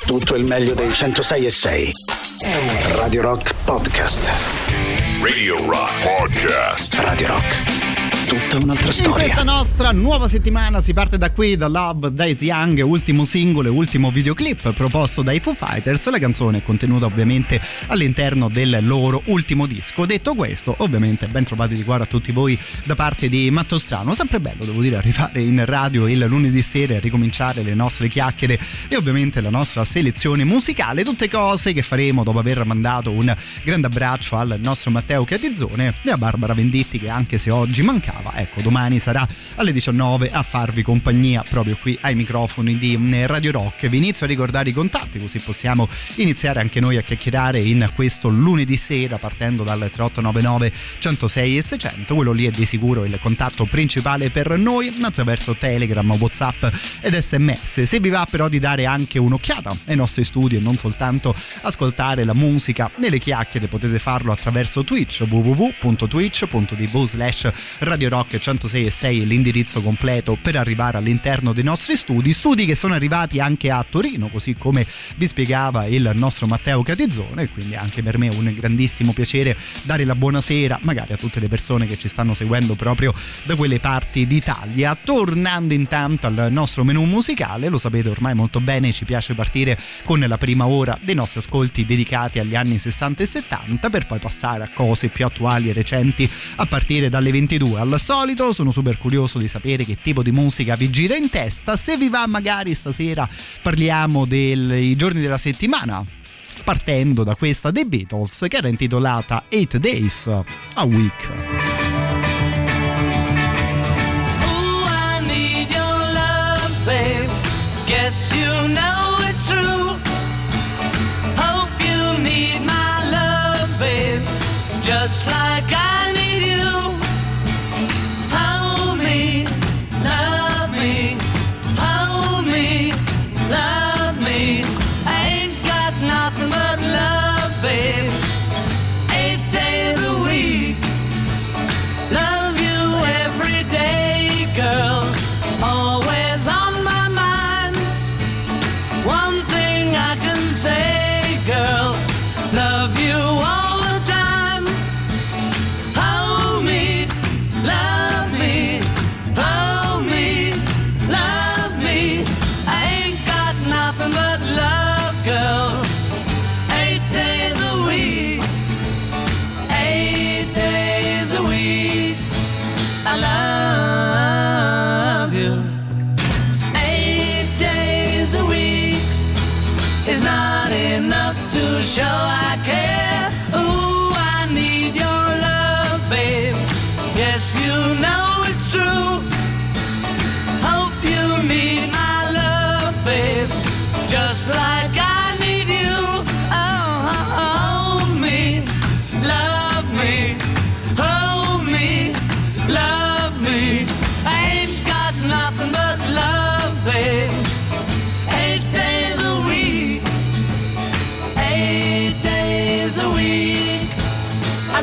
tutto il meglio dei 106.6. Radio Rock Podcast. Radio Rock Podcast. Radio Rock. Tutta un'altra storia. In questa nostra nuova settimana si parte da qui, da Love Dies Young, ultimo singolo e ultimo videoclip proposto dai Foo Fighters. La canzone è contenuta ovviamente all'interno del loro ultimo disco. Detto questo, ovviamente ben trovati di cuore a tutti voi da parte di Matto Strano. Sempre bello, devo dire, arrivare in radio il lunedì sera e ricominciare le nostre chiacchiere e ovviamente la nostra selezione musicale. Tutte cose che faremo dopo aver mandato un grande abbraccio al nostro Matteo Catizzone e a Barbara Venditti, che anche se oggi mancava, ecco, domani sarà alle 19 a farvi compagnia proprio qui ai microfoni di Radio Rock. Vi inizio a ricordare i contatti, così possiamo iniziare anche noi a chiacchierare in questo lunedì sera, partendo dal 3899 106 e 600. Quello lì è di sicuro il contatto principale per noi, attraverso Telegram, WhatsApp ed SMS. Se vi va però di dare anche un'occhiata ai nostri studi e non soltanto ascoltare la musica nelle chiacchiere, potete farlo attraverso Twitch, www.twitch.tv/Radio Rock 106.6 è l'indirizzo completo per arrivare all'interno dei nostri studi che sono arrivati anche a Torino, così come vi spiegava il nostro Matteo Catizzone, quindi anche per me è un grandissimo piacere dare la buonasera magari a tutte le persone che ci stanno seguendo proprio da quelle parti d'Italia. Tornando intanto al nostro menù musicale, lo sapete ormai molto bene, ci piace partire con la prima ora dei nostri ascolti dedicati agli anni 60 e 70 per poi passare a cose più attuali e recenti a partire dalle 22. Al solito sono super curioso di sapere che tipo di musica vi gira in testa. Se vi va, magari stasera parliamo dei giorni della settimana, partendo da questa dei Beatles che era intitolata 8 Days a Week. Oh, I need your love, babe. Guess you know it's true. Hope you need my love, babe. Just like I need you. Hold me, love me, hold me, love me. I ain't got nothing but love, babe. 8 days a week. Love you every day, girl. Always on my mind. One thing I can say, girl. Love you all the time. Hold me, love me, hold me, love me. I ain't got nothing but love, girl. 8 days a week, 8 days a week. I love you. 8 days a week is not enough to show I care. Ooh, I need your love, babe. Yes, you know it's true. Hope you need my love, babe. Just like I need you. Oh, hold me, love me, hold me, love me. I ain't got nothing but love, babe. 8 days a week, 8 days a week. I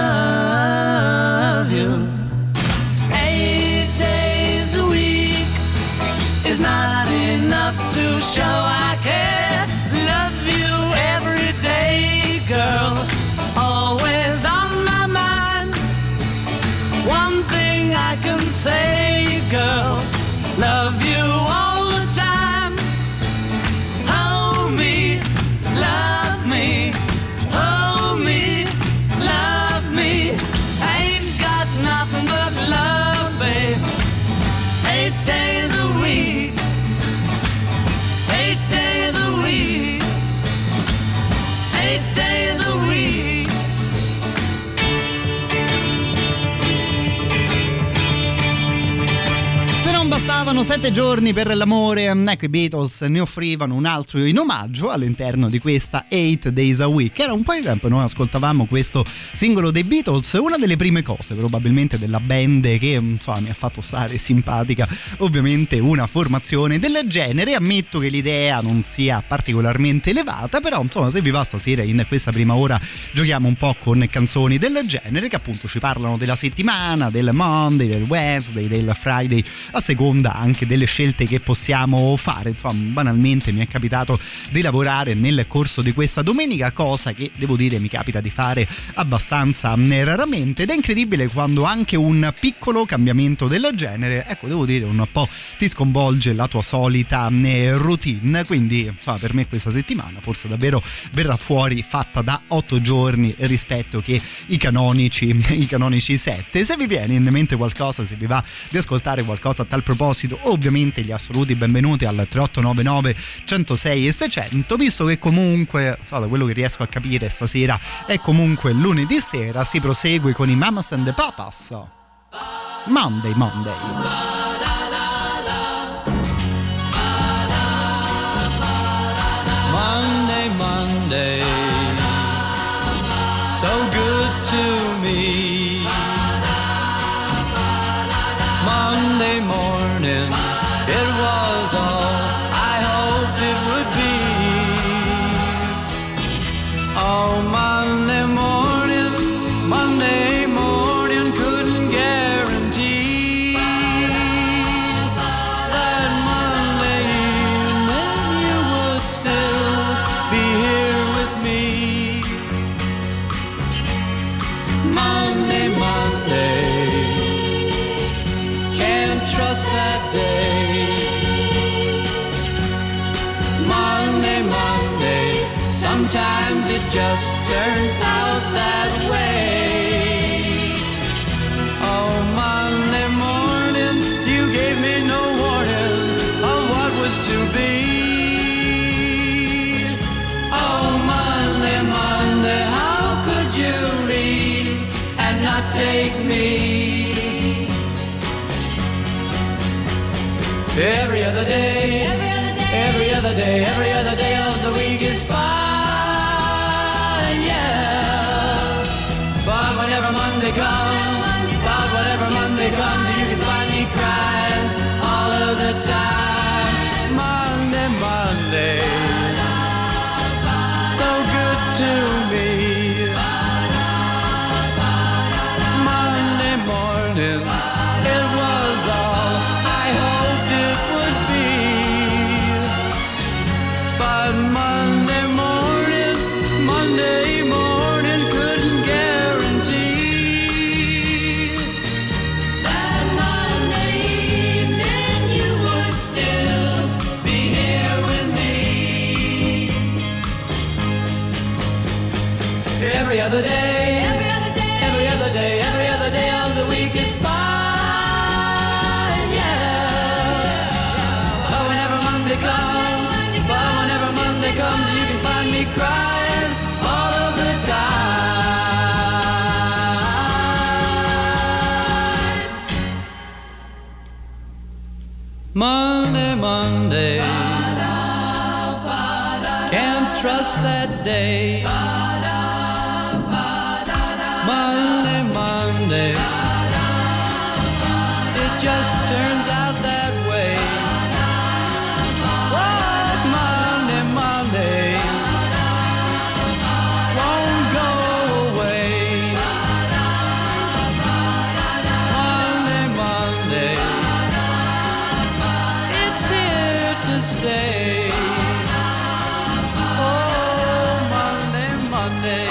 love you. 8 days a week is not enough to show I care. Love you every day, girl. Always on my mind. One thing I can say, girl. Love you all the time. Hold me, love me, hold me, love me. I ain't got nothing but love, babe. 8 days a week, 8 days a week, 8 days a week. Se non bastavano 7 giorni per l'amore, ecco, i Beatles ne offrivano un altro in omaggio all'interno di questa 8 Days a Week. Era un po' di tempo noi ascoltavamo questo singolo dei Beatles, una delle prime cose probabilmente della band che insomma mi ha fatto stare simpatica, ovviamente una formazione del genere. Ammetto che l'idea non sia particolarmente elevata, però insomma se vi va stasera in questa prima ora giochiamo un po' con canzoni del genere che appunto ci parlano della settimana, del Monday, del Wednesday, del Friday, a seconda anche delle scelte che possiamo fare. Insomma, banalmente mi è capitato di lavorare nel corso di questa domenica, cosa che devo dire mi capita di fare abbastanza raramente, ed è incredibile quando anche un piccolo cambiamento del genere, ecco, devo dire, un po' ti sconvolge la tua solita routine. Quindi insomma, per me questa settimana forse davvero verrà fuori fatta da 8 giorni rispetto che i canonici 7. Se vi viene in mente qualcosa, se vi va di ascoltare qualcosa a tal proposito, ovviamente gli assoluti benvenuti al 3899 106 e 600, visto che comunque da quello che riesco a capire stasera è comunque lunedì sera. Si prosegue con i Mamas and the Papas. Monday Monday so good to me. Monday morning, it was all I hoped it would be. Oh, Monday morning couldn't guarantee that Monday evening you would still be here with me. Monday, can't trust that day. Monday, sometimes it just turns out that way. Oh, Monday morning, you gave me no warning of what was to be. Oh, Monday, how could you leave and not take me? Every other day, every other day of the week is fine, yeah. But whenever Monday comes, you can find me crying all of the time. Monday, so good to me. Monday morning, it was all I hoped it would be. But Monday morning couldn't guarantee that Monday evening you would still be here with me. Every other day of the week is fine, yeah. But whenever Monday comes, you can find me crying all of the time. Monday, can't trust that day. Monday, it just turns out that way. What Monday won't go away. Monday, it's here to stay. Oh, Monday.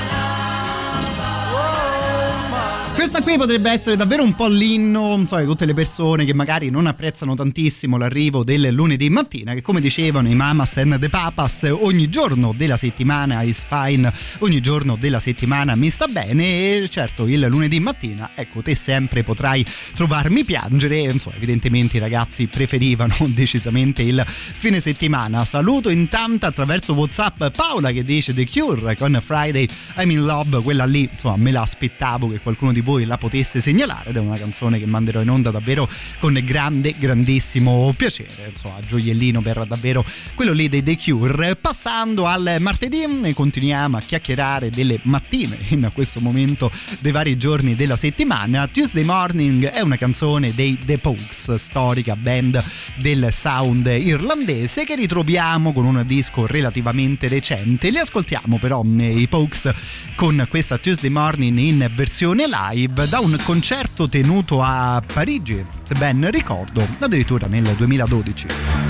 Questa qui potrebbe essere davvero un po' l'inno, non so, di tutte le persone che magari non apprezzano tantissimo l'arrivo del lunedì mattina, che come dicevano i Mamas and the Papas, ogni giorno della settimana is fine, ogni giorno della settimana mi sta bene. E certo, il lunedì mattina, ecco, te sempre potrai trovarmi piangere. Insomma, evidentemente i ragazzi preferivano decisamente il fine settimana. Saluto intanto attraverso WhatsApp Paola che dice The Cure con Friday I'm in Love. Quella lì, insomma, me l'aspettavo che qualcuno di voi la potesse segnalare, ed è una canzone che manderò in onda davvero con grandissimo piacere. Insomma, gioiellino per davvero quello lì dei The Cure. Passando al martedì, continuiamo a chiacchierare delle mattine in questo momento dei vari giorni della settimana. Tuesday Morning è una canzone dei The Pogues, storica band del sound irlandese, che ritroviamo con un disco relativamente recente. Li ascoltiamo però i Pogues con questa Tuesday Morning in versione live, live da un concerto tenuto a Parigi, se ben ricordo, addirittura nel 2012.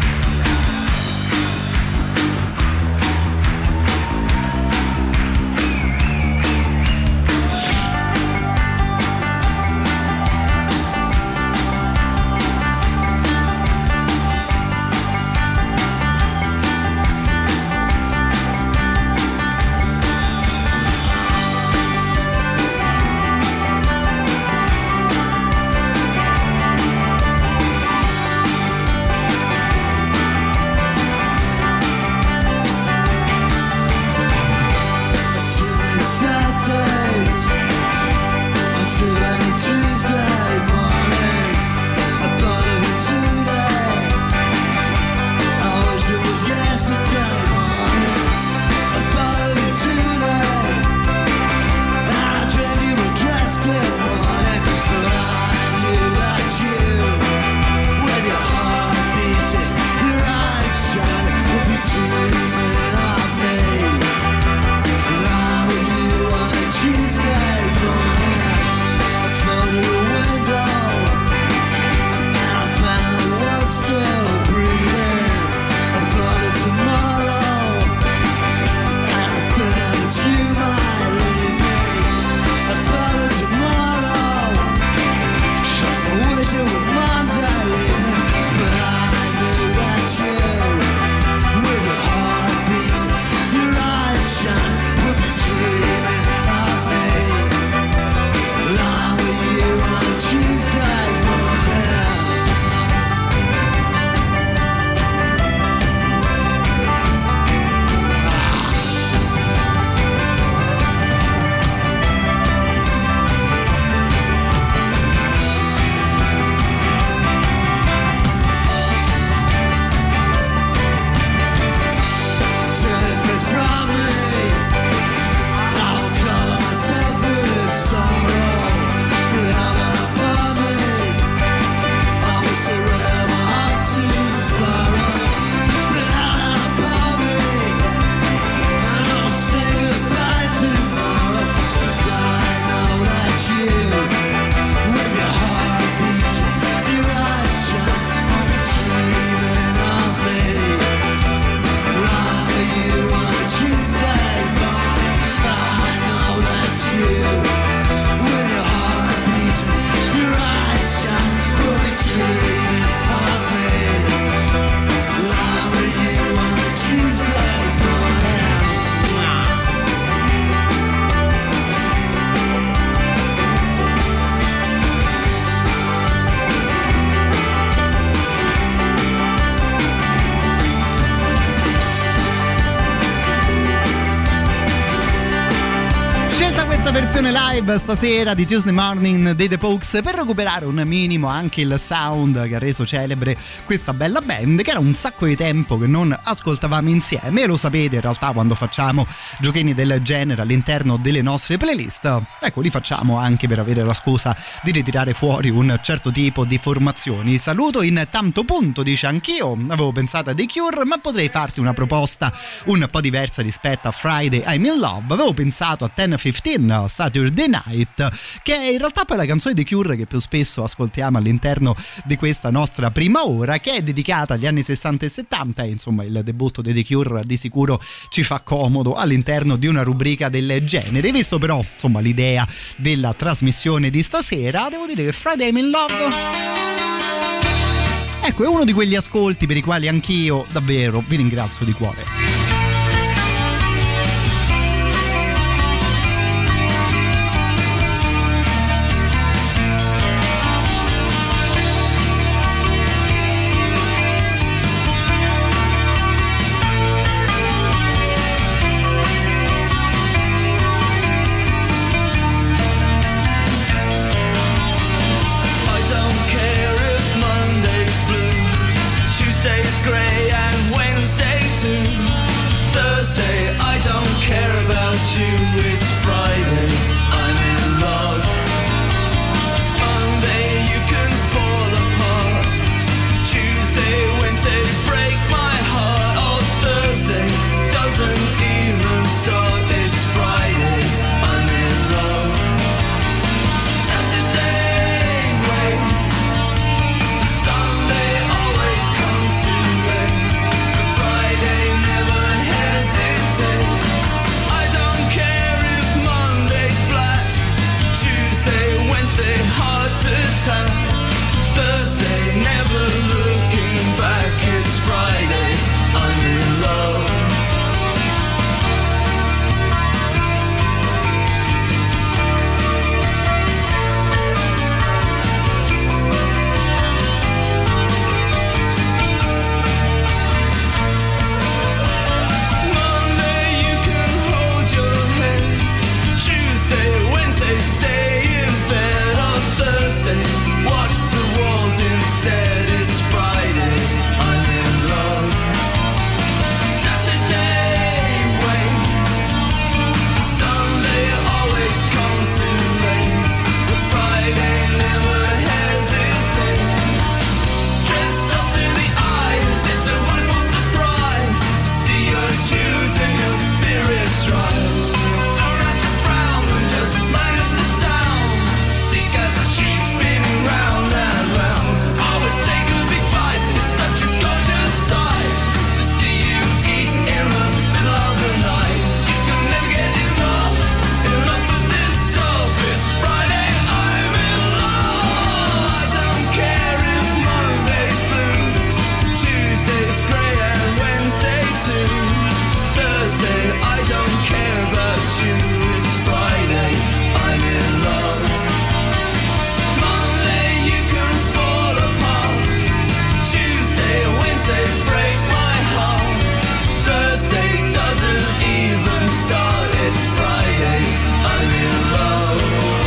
Versione live stasera di Tuesday Morning dei The Pogues per recuperare un minimo anche il sound che ha reso celebre questa bella band, che era un sacco di tempo che non ascoltavamo insieme, e lo sapete in realtà quando facciamo giochini del genere all'interno delle nostre playlist, ecco, li facciamo anche per avere la scusa di ritirare fuori un certo tipo di formazioni. Saluto in tanto punto, dice: anch'io avevo pensato a The Cure, ma potrei farti una proposta un po' diversa rispetto a Friday I'm in Love. Avevo pensato a 10:15 Saturday Night, che è in realtà poi la canzone di Cure che più spesso ascoltiamo all'interno di questa nostra prima ora, che è dedicata agli anni 60 e 70, e insomma il debutto di The Cure di sicuro ci fa comodo all'interno di una rubrica del genere. Visto però insomma l'idea della trasmissione di stasera, devo dire che Friday I'm in Love, ecco, è uno di quegli ascolti per i quali anch'io davvero vi ringrazio di cuore. Grey and Wednesday too. Thursday, I don't care about you. It's Friday, I'm in love. Monday, you can fall apart. Tuesday, Wednesday, break my heart. Thursday doesn't even start. It's Friday, I'm in love.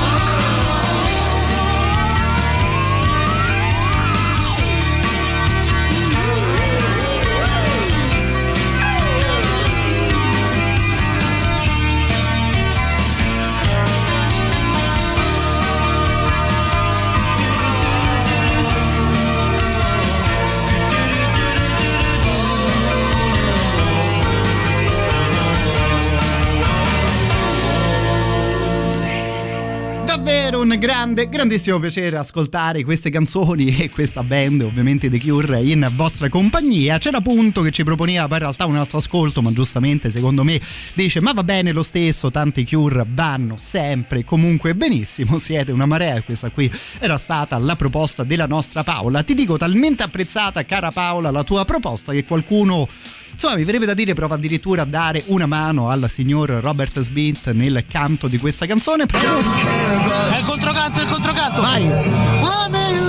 Un grandissimo piacere ascoltare queste canzoni e questa band, ovviamente The Cure, in vostra compagnia. C'era Punto che ci proponeva poi in realtà un altro ascolto, ma giustamente secondo me dice ma va bene lo stesso, tanti Cure vanno sempre comunque benissimo, siete una marea. E questa qui era stata la proposta della nostra Paola. Ti dico, talmente apprezzata, cara Paola, la tua proposta, che qualcuno, insomma, mi verrebbe da dire, prova addirittura a dare una mano al signor Robert Smith nel canto di questa canzone. È il controcanto! Vai! I'm in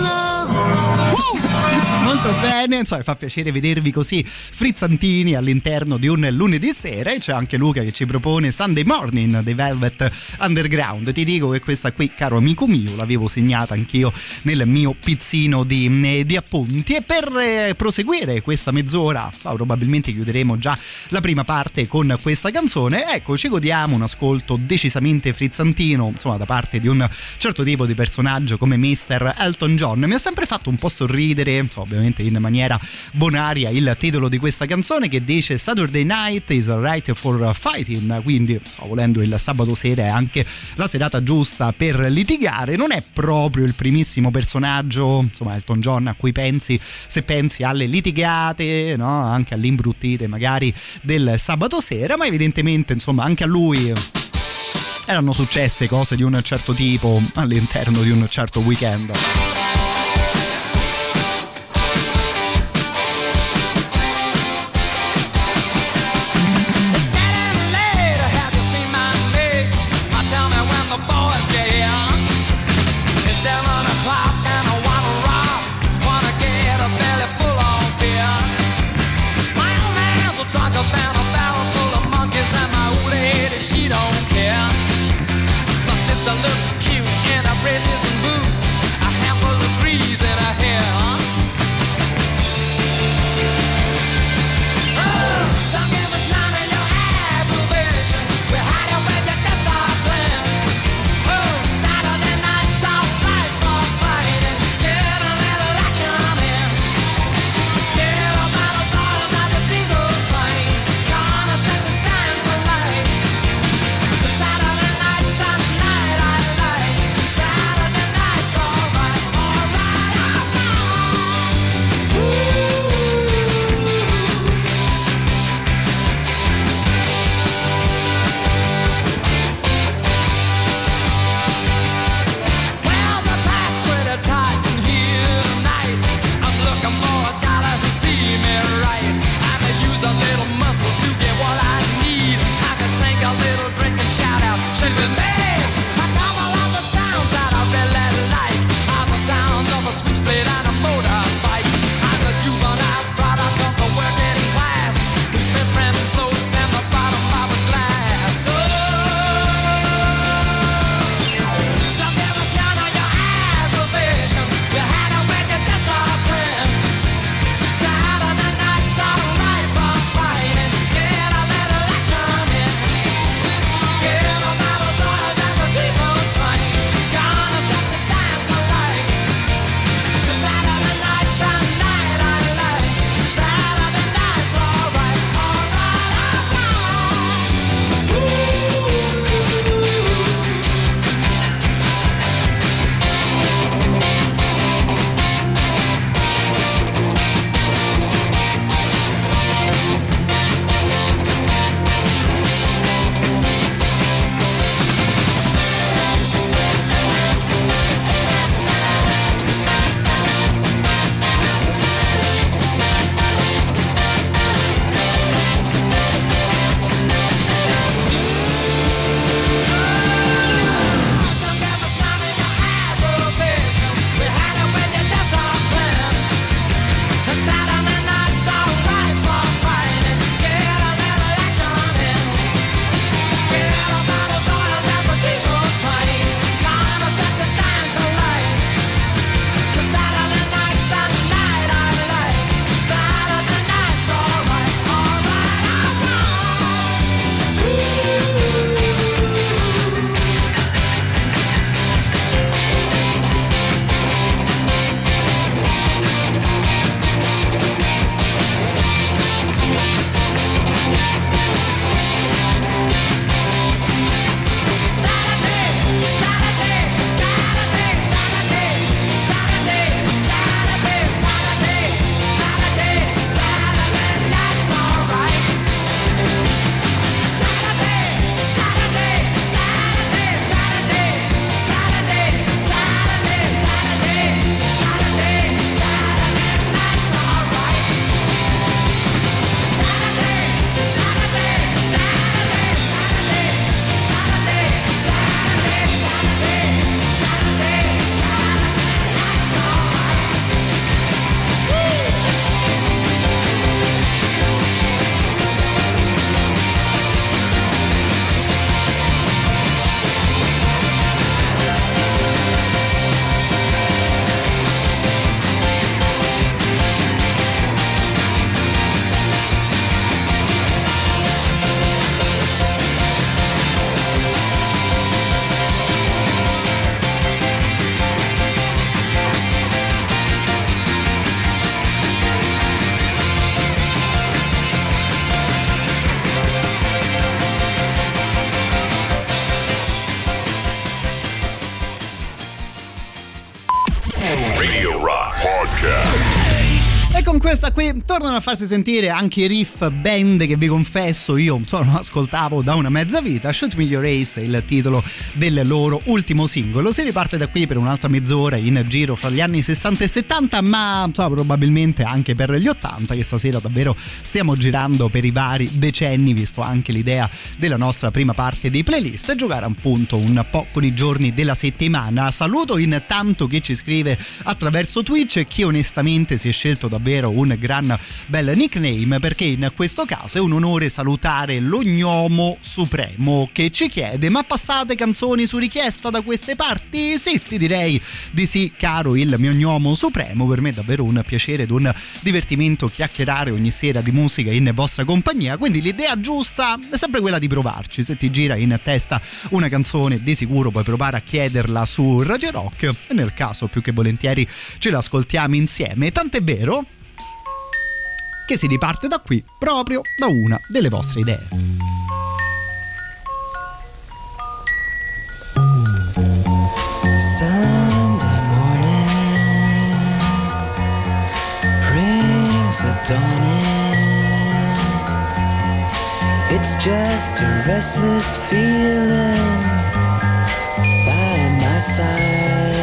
love! Molto bene, insomma, fa piacere vedervi così frizzantini all'interno di un lunedì sera. E c'è anche Luca che ci propone Sunday Morning dei Velvet Underground. Ti dico che questa qui, caro amico mio, l'avevo segnata anch'io nel mio pizzino di appunti. E per proseguire questa mezz'ora, probabilmente chiuderemo già la prima parte con questa canzone. Ecco, ci godiamo un ascolto decisamente frizzantino, insomma, da parte di un certo tipo di personaggio come Mr. Elton John. Mi ha sempre fatto un po' sorridere, insomma, ovviamente in maniera bonaria, il titolo di questa canzone che dice Saturday night is right for fighting, quindi volendo il sabato sera è anche la serata giusta per litigare. Non è proprio il primissimo personaggio, insomma, Elton John, a cui pensi se pensi alle litigate, no? Anche alle imbruttite magari del sabato sera, ma evidentemente, insomma, anche a lui erano successe cose di un certo tipo all'interno di un certo weekend. Looks cute in her braces and boots, a handful questa qui tornano a farsi sentire anche i riff band che vi confesso io non ascoltavo da una mezza vita. Shoot Me Your Ace è il titolo del loro ultimo singolo. Si riparte da qui per un'altra mezz'ora in giro fra gli anni 60 e 70, ma probabilmente anche per gli 80, che stasera davvero stiamo girando per i vari decenni, visto anche l'idea della nostra prima parte di playlist, e giocare appunto un po' con i giorni della settimana. Saluto intanto chi ci scrive attraverso Twitch e chi onestamente si è scelto davvero un gran bel nickname, perché in questo caso è un onore salutare lo Gnomo Supremo, che ci chiede: ma passate canzoni su richiesta da queste parti? Sì, ti direi di sì, caro il mio Gnomo Supremo. Per me è davvero un piacere ed un divertimento chiacchierare ogni sera di musica in vostra compagnia, quindi l'idea giusta è sempre quella di provarci. Se ti gira in testa una canzone, di sicuro puoi provare a chiederla su Radio Rock e nel caso più che volentieri ce l'ascoltiamo insieme. Tant'è vero che si riparte da qui proprio da una delle vostre idee. Sunday morning brings the dawn in. It's just a restless feeling by my side.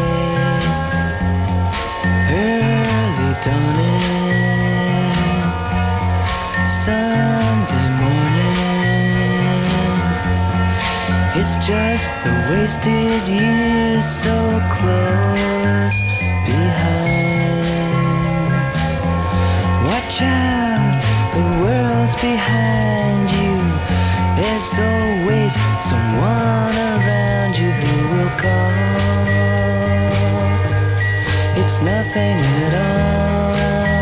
Early dawning, Sunday morning. It's just the wasted years so close behind. Watch out, the world's behind you. There's always someone around you who will call. It's nothing at all.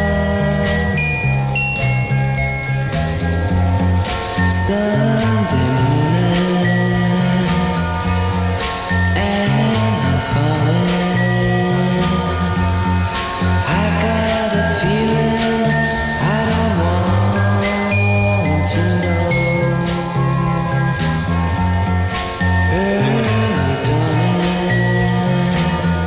Sunday morning, and I'm falling. I've got a feeling I don't want to know. Early dawning,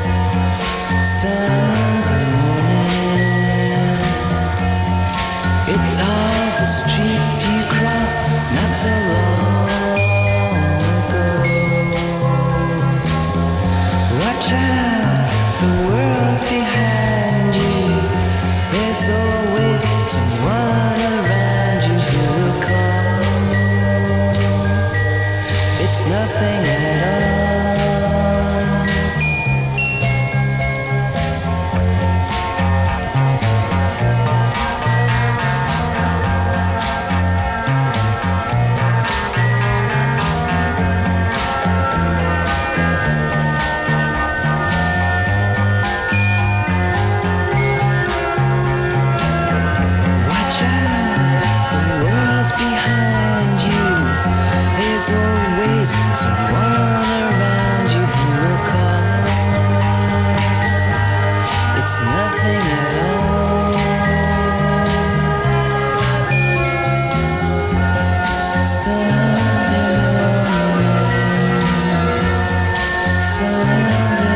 Sunday morning. It's all the streets you cross not so long ago. Watch out, the world's behind you. There's always someone around you who will call. It's nothing at all. Watch out, the world's behind you. There's always someone around you who will call. It's nothing at all. Sunday morning, Sunday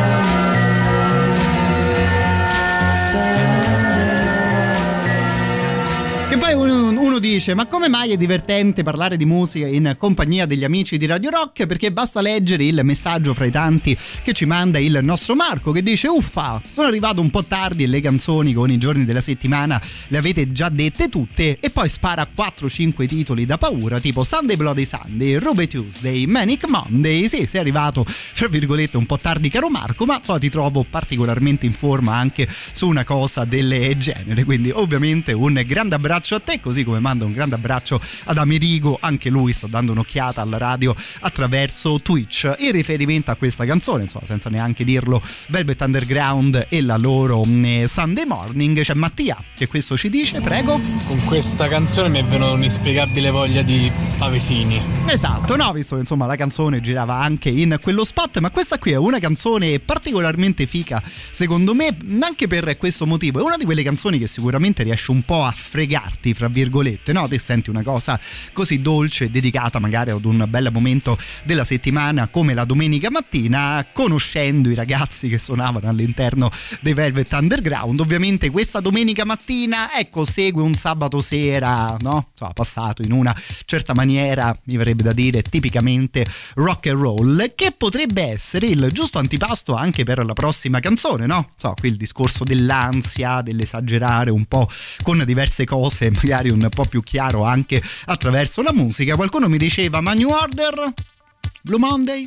morning, Sunday morning. Che poi uno dice: ma come mai è divertente parlare di musica in compagnia degli amici di Radio Rock? Perché basta leggere il messaggio fra i tanti che ci manda il nostro Marco, che dice: uffa, sono arrivato un po' tardi e le canzoni con i giorni della settimana le avete già dette tutte, e poi spara 4-5 titoli da paura, tipo Sunday Bloody Sunday, Ruby Tuesday, Manic Monday. Sì, sei arrivato tra virgolette un po' tardi, caro Marco, ma ti trovo particolarmente in forma anche su una cosa del genere, quindi ovviamente un grande abbraccio a te, così come mando un grande abbraccio ad Amerigo, anche lui sta dando un'occhiata alla radio attraverso Twitch. In riferimento a questa canzone, insomma, senza neanche dirlo, Velvet Underground e la loro Sunday Morning, c'è Mattia che questo ci dice, prego. Con questa canzone mi è venuta un'ispiegabile voglia di pavesini. Esatto, no, visto che insomma la canzone girava anche in quello spot, ma questa qui è una canzone particolarmente fica secondo me, anche per questo motivo. È una di quelle canzoni che sicuramente riesce un po' a fregarti, fra virgolette, no? no? Te senti una cosa così dolce, dedicata magari ad un bel momento della settimana come la domenica mattina, conoscendo i ragazzi che suonavano all'interno dei Velvet Underground. Ovviamente questa domenica mattina, ecco, segue un sabato sera, no? Passato in una certa maniera, mi verrebbe da dire tipicamente rock and roll, che potrebbe essere il giusto antipasto anche per la prossima canzone, no? Qui il discorso dell'ansia, dell'esagerare un po' con diverse cose, magari un po' più chiaro anche attraverso la musica. Qualcuno mi diceva: ma New Order? Blue Monday?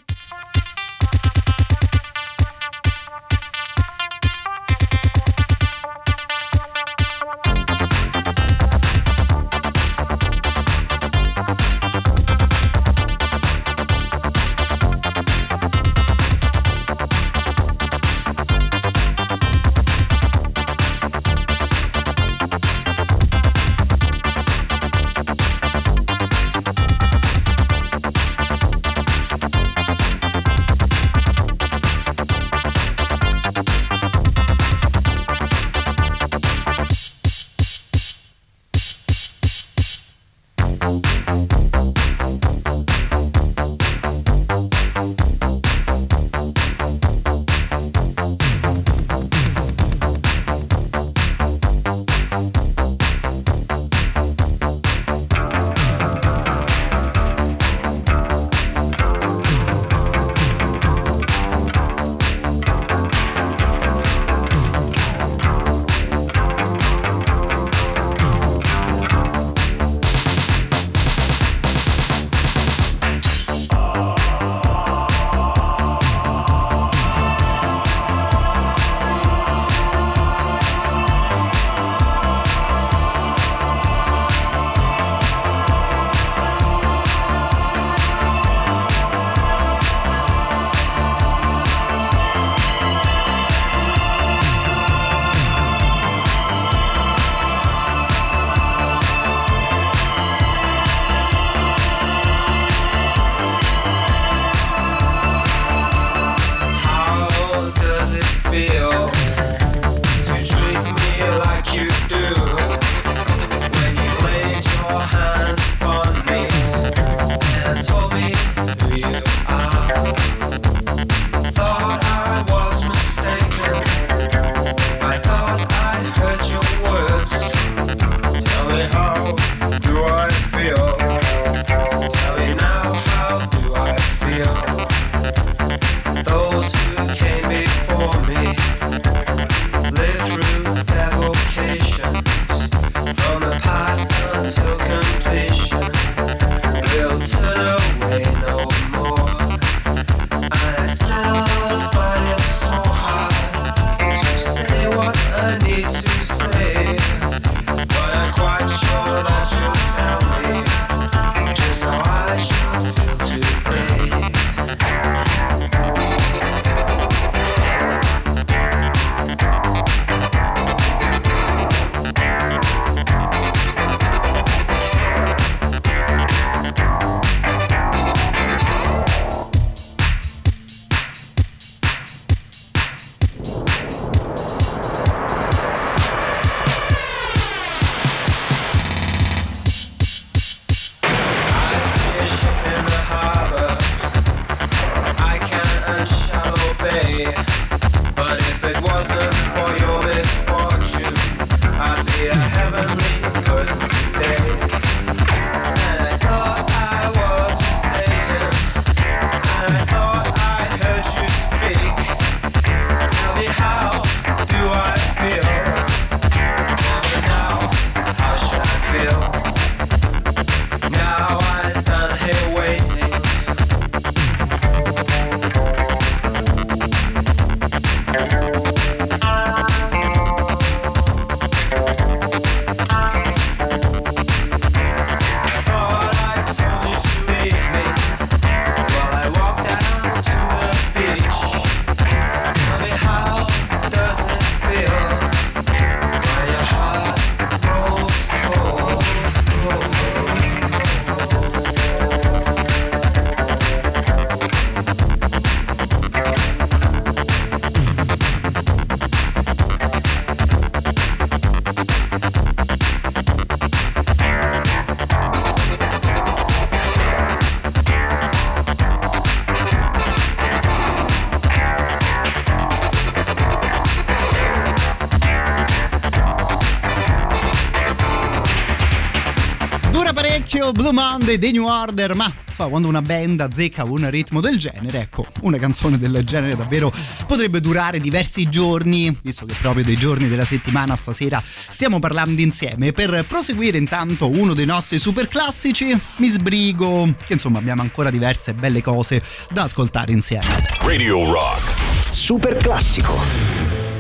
Till Blue Monday dei New Order, ma quando una band azzecca un ritmo del genere, ecco, una canzone del genere davvero potrebbe durare diversi giorni, visto che proprio dei giorni della settimana stasera stiamo parlando insieme. Per proseguire intanto uno dei nostri super classici, mi sbrigo, che insomma abbiamo ancora diverse belle cose da ascoltare insieme. Radio Rock Super classico.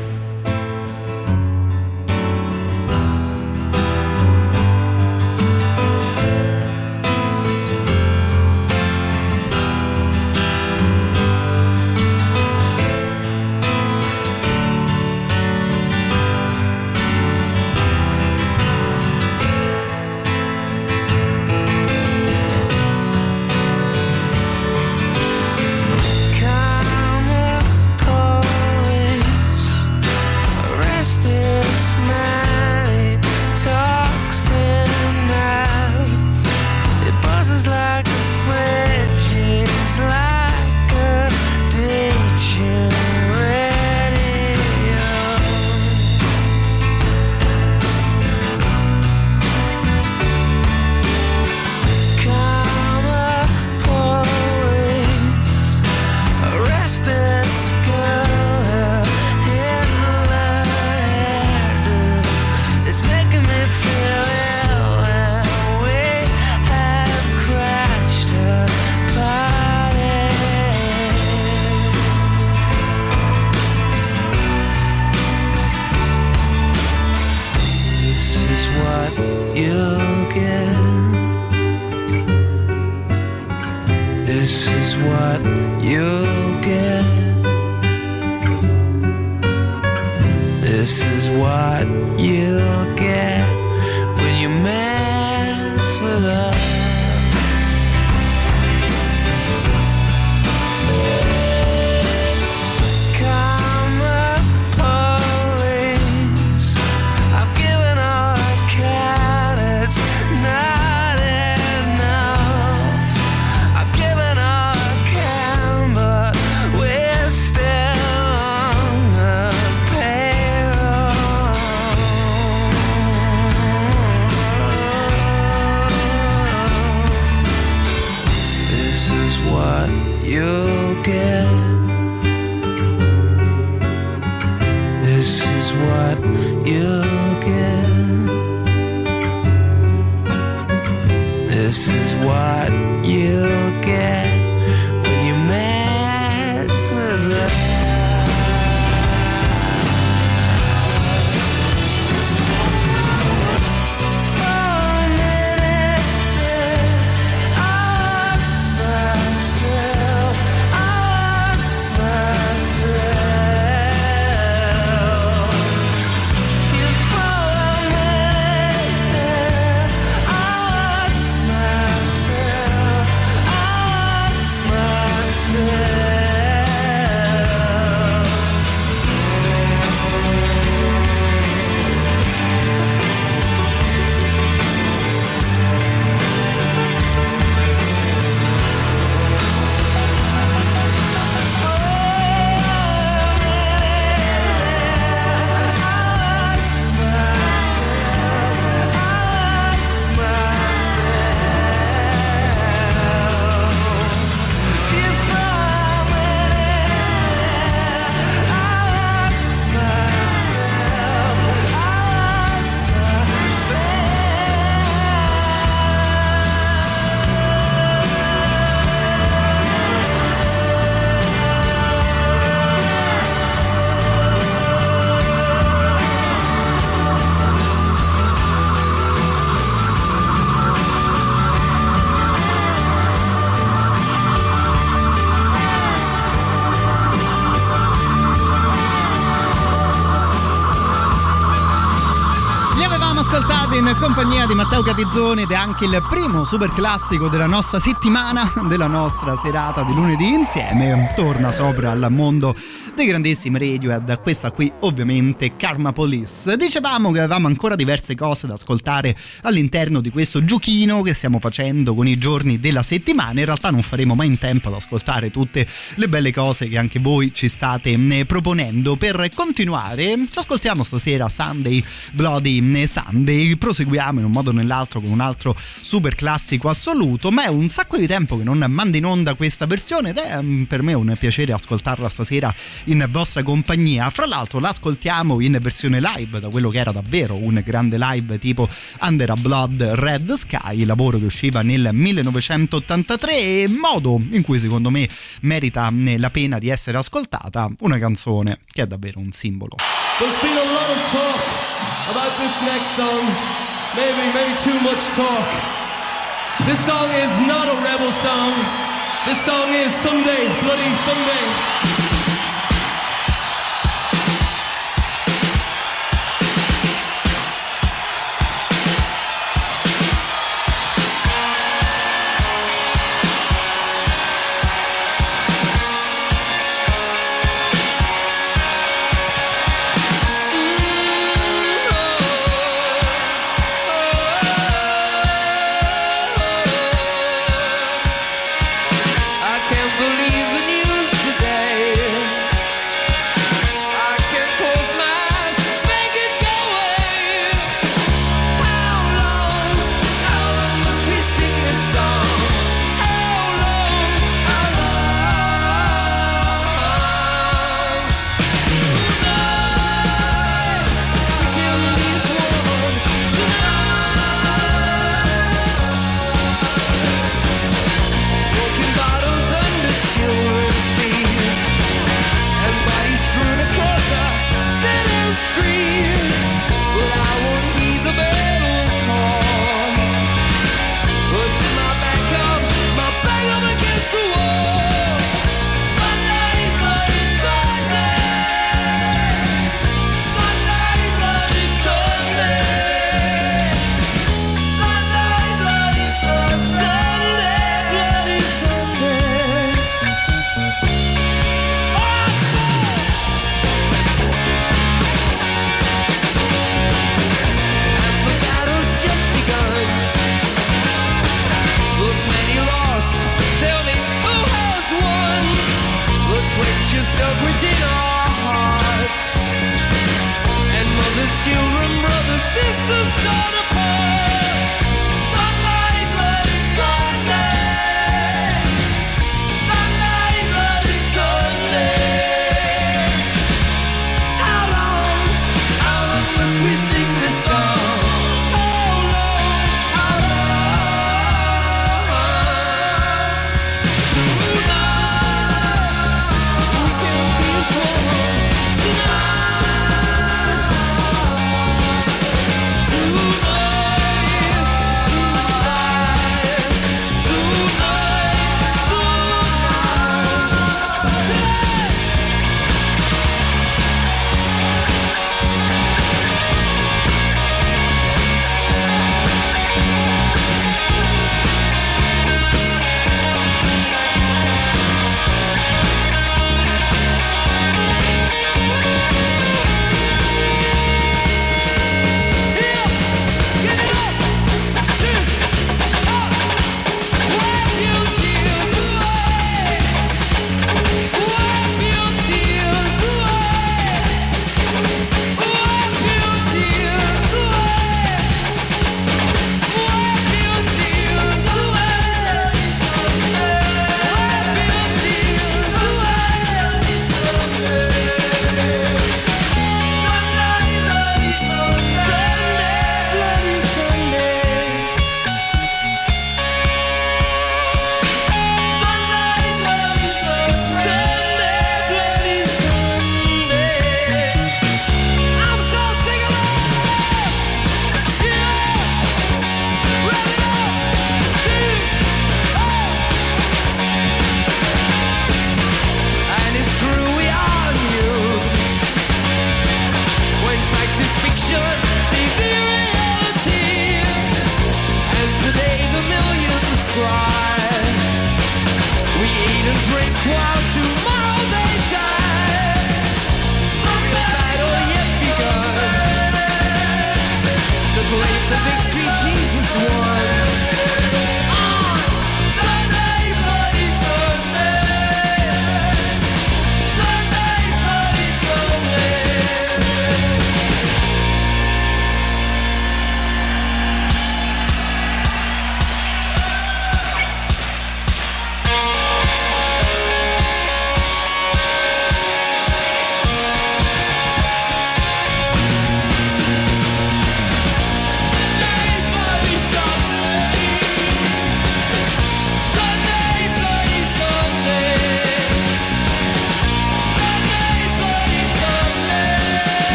in compagnia di Matteo Catizzone ed è anche il primo super classico della nostra settimana, della nostra serata di lunedì insieme. Torna sopra al mondo dei grandissimi Radiohead, questa qui ovviamente Karma Police. Dicevamo che avevamo ancora diverse cose da ascoltare all'interno di questo giochino che stiamo facendo con i giorni della settimana. In realtà non faremo mai in tempo ad ascoltare tutte le belle cose che anche voi ci state proponendo. Per continuare ci ascoltiamo stasera Sunday Bloody Sunday, proseguiamo in un modo o nell'altro con un altro super classico assoluto, ma è un sacco di tempo che non manda in onda questa versione ed è per me un piacere ascoltarla stasera in vostra compagnia. Fra l'altro l'ascoltiamo in versione live, da quello che era davvero un grande live tipo Under a Blood Red Sky, lavoro che usciva nel 1983, modo in cui secondo me merita la pena di essere ascoltata, una canzone che è davvero un simbolo. There's been a lot of talk about this next song, maybe too much talk. This song is not a rebel song. This song is Someday, Bloody Sunday.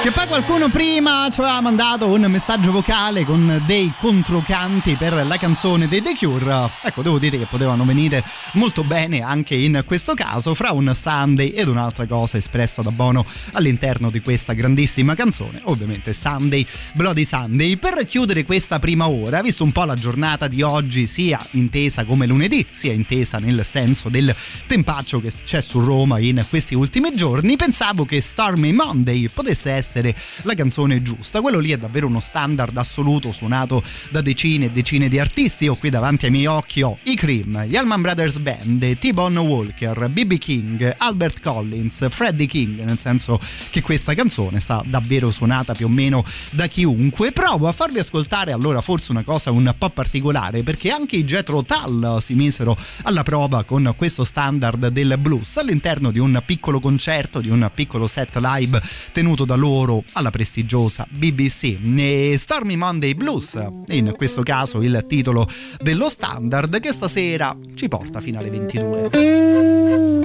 Che poi qualcuno prima ci aveva mandato un messaggio vocale con dei controcanti per la canzone dei The Cure. Ecco, devo dire che potevano venire molto bene anche in questo caso, fra un Sunday ed un'altra cosa espressa da Bono all'interno di questa grandissima canzone, ovviamente Sunday, Bloody Sunday. Per chiudere questa prima ora, visto un po' la giornata di oggi sia intesa come lunedì, sia intesa nel senso del tempaccio che c'è su Roma in questi ultimi giorni, pensavo che Stormy Monday potesse essere la canzone giusta. Quello lì è davvero uno standard assoluto, suonato da decine e decine di artisti. Io qui davanti ai miei occhi ho i Cream, gli Allman Brothers Band, T-Bone Walker, B.B. King, Albert Collins, Freddie King, nel senso che questa canzone sta davvero suonata più o meno da chiunque. Provo a farvi ascoltare allora forse una cosa un po' particolare, perché anche i Jethro Tull si misero alla prova con questo standard del blues all'interno di un piccolo concerto, di un piccolo set live tenuto da loro alla prestigiosa BBC. Stormy Monday Blues, in questo caso il titolo dello standard, che stasera ci porta fino alle 22.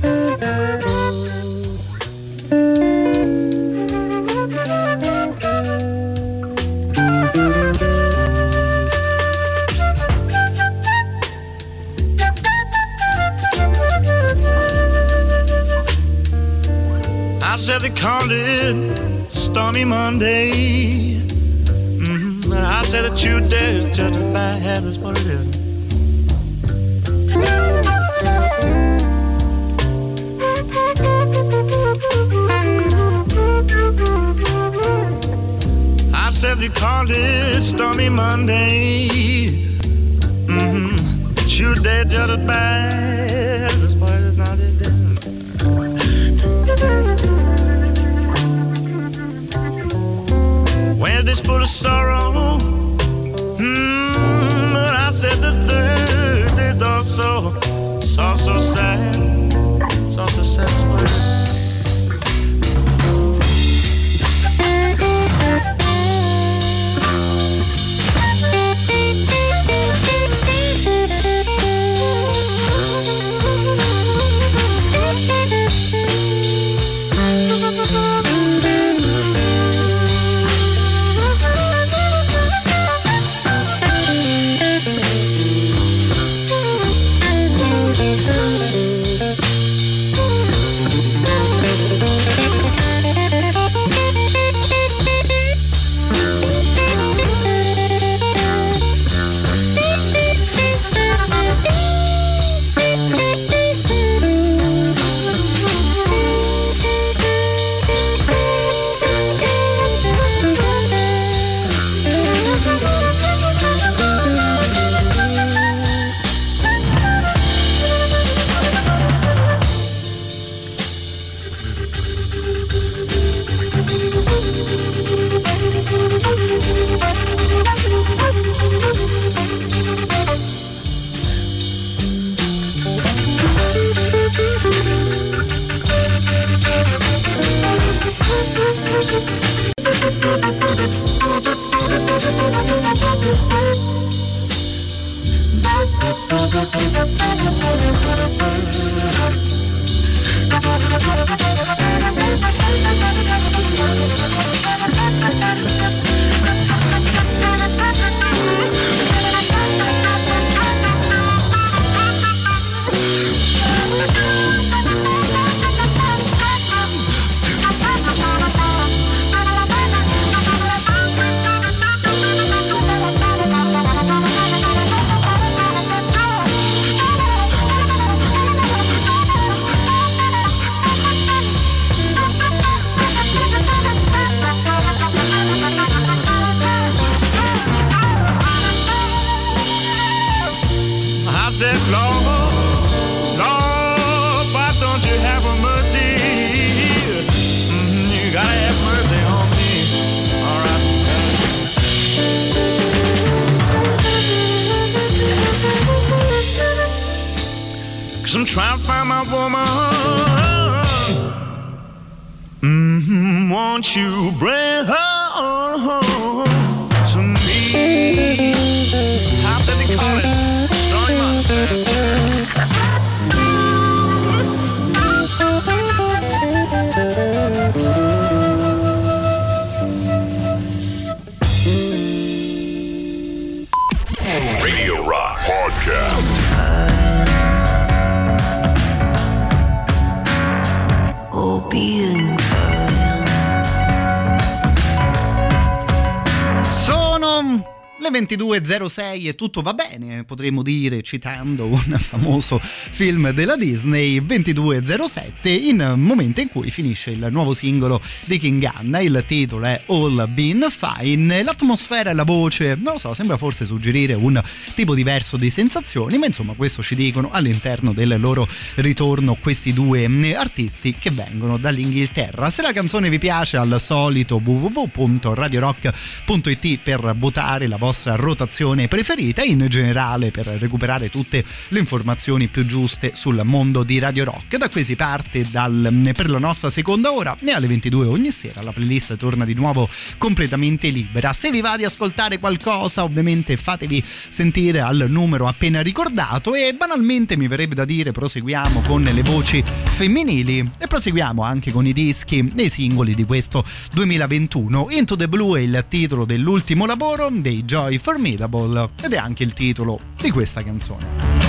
I said they called it Stormy Monday. I said that you did just as bad, that's what it is. I said they called it Stormy Monday. But you did just as bad, that's what it is, not it is. Wednesday's full of sorrow, but I said the Thursday's also, it's all so sad, it's all so sad. I'm trying to find my woman. Won't you bring her on home to me? How did they call it? Stormy Monday. Le 22.06 e tutto va bene, potremmo dire, citando un famoso film della Disney. 22.07, in momento in cui finisce il nuovo singolo di King Gunn. Il titolo è All Been Fine. L'atmosfera e la voce, non lo so, sembra forse suggerire un tipo diverso di sensazioni, ma insomma questo ci dicono all'interno del loro ritorno questi due artisti che vengono dall'Inghilterra. Se la canzone vi piace, al solito www.radiorock.it per votare la vostra rotazione preferita, in generale per recuperare tutte le informazioni più giuste sul mondo di Radio Rock. Da qui si parte per la nostra seconda ora, e alle 22 ogni sera la playlist torna di nuovo completamente libera. Se vi va di ascoltare qualcosa, ovviamente fatevi sentire al numero appena ricordato, e banalmente mi verrebbe da dire proseguiamo con le voci femminili e proseguiamo anche con i dischi e i singoli di questo 2021. Into the Blue è il titolo dell'ultimo lavoro dei Joy Formidable ed è anche il titolo di questa canzone.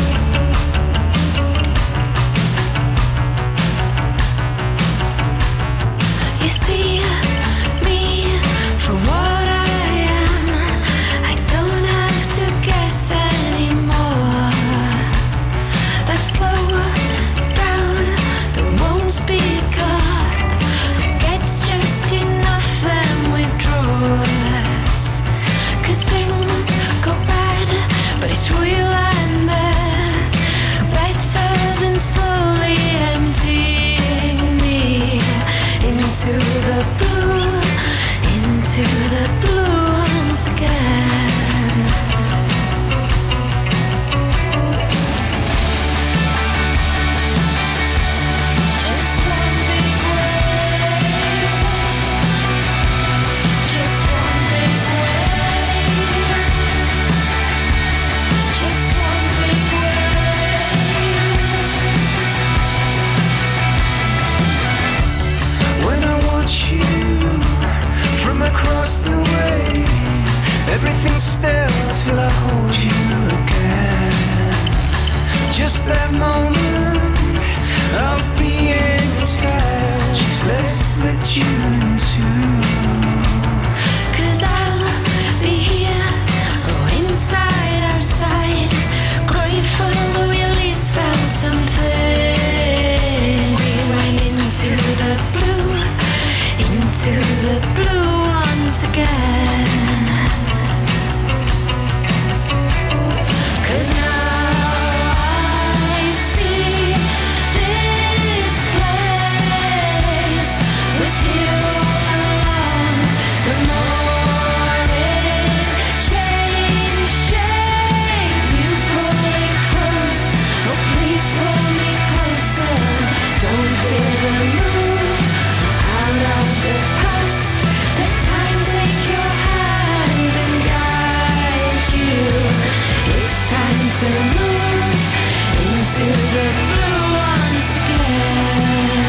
You see me for what I am. I don't have to guess anymore. That slow down, that won't speak up, gets just enough then withdraws. 'Cause things go bad, but it's real and there, better than slowly emptying me into the blue once again. Just one big wave, just one big wave, just one big wave. When I watch you from across the way, everything's still till I hold you again. Just that moment of being touched, just let's split you in two. 'Cause I'll be here, oh, inside, outside, grateful that we at least found something. We went into the blue once again. 'Cause now I see this place was here all along. The morning changed shape. You pull me close, oh please pull me closer. Don't fear the move out of the past. Let time take your hand and guide you. It's time to move into the blue once again.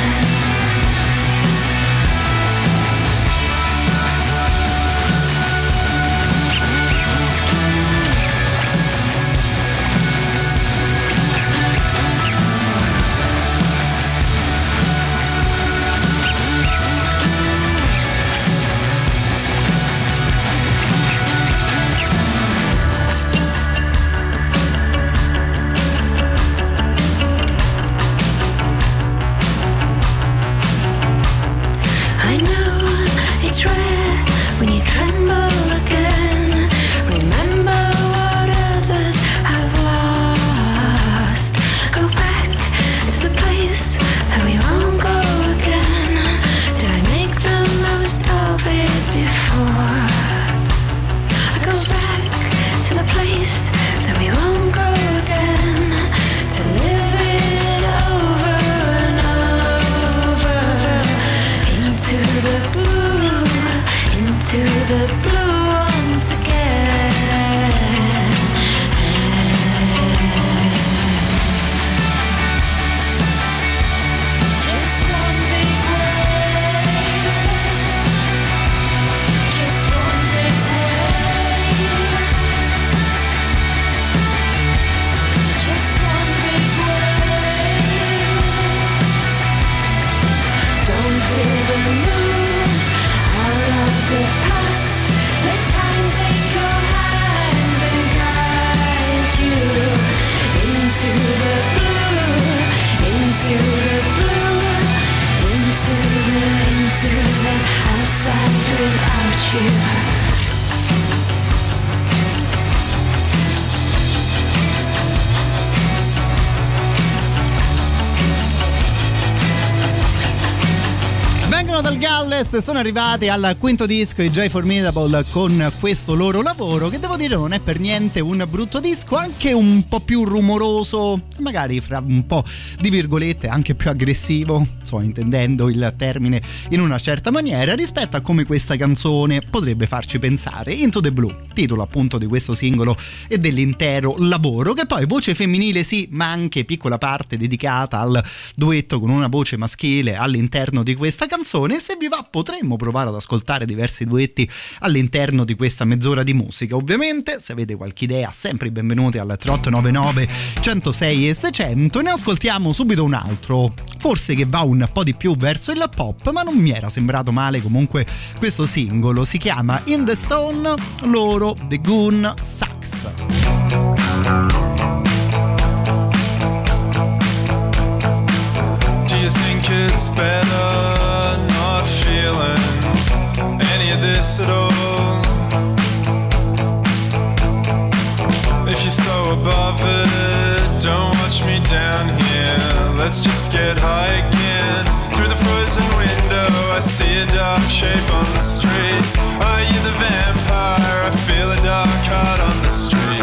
I know it's rare when you tremble again. Remember what others have lost. Go back to the place that we won't go again. Did I make the most of it before? I go back to the place that we won't go again. To live it over and over. Into the blue once again. Just one big wave, just one big wave, just one big wave. Don't feel the move out of the past. Let time take your hand and guide you into the blue, into the blue, into the outside without you. Vengono dal Galles e sono arrivati al quinto disco, i J Formidable, con questo loro lavoro che devo dire non è per niente un brutto disco, anche un po' più rumoroso, magari fra un po' di virgolette anche più aggressivo, sto intendendo il termine in una certa maniera, rispetto a come questa canzone potrebbe farci pensare. Into the Blue, titolo appunto di questo singolo e dell'intero lavoro, che poi voce femminile sì, ma anche piccola parte dedicata al duetto con una voce maschile all'interno di questa canzone. Se vi va potremmo provare ad ascoltare diversi duetti all'interno di questa mezz'ora di musica. Ovviamente se avete qualche idea sempre benvenuti al 3899 106 e 600. Ne ascoltiamo subito un altro, forse che va un po' di più verso il pop, ma non mi era sembrato male comunque questo singolo. Si chiama In the Stone, loro The Goon Sax. Do you think it's better not feeling any of this at all? If you're so above it, don't watch me down here. Let's just get high again. Through the frozen window, I see a dark shape on the street. Are you the vampire? I feel a dark heart on the street.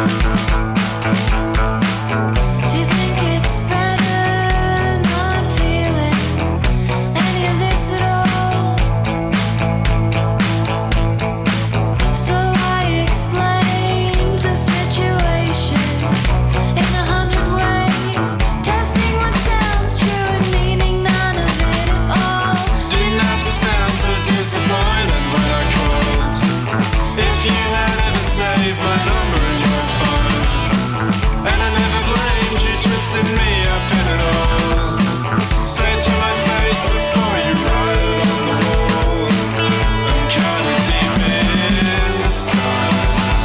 Do you think it's better not feeling any of this at all? So I explained the situation in 100 ways, testing what sounds true and meaning none of it at all. Didn't have to sound so disappointed when I called. If you had ever saved my number in your phone, and I never blamed you, twisted me up in it all. Say it to my face before you write it on the wall. I'm kinda deep in the stone.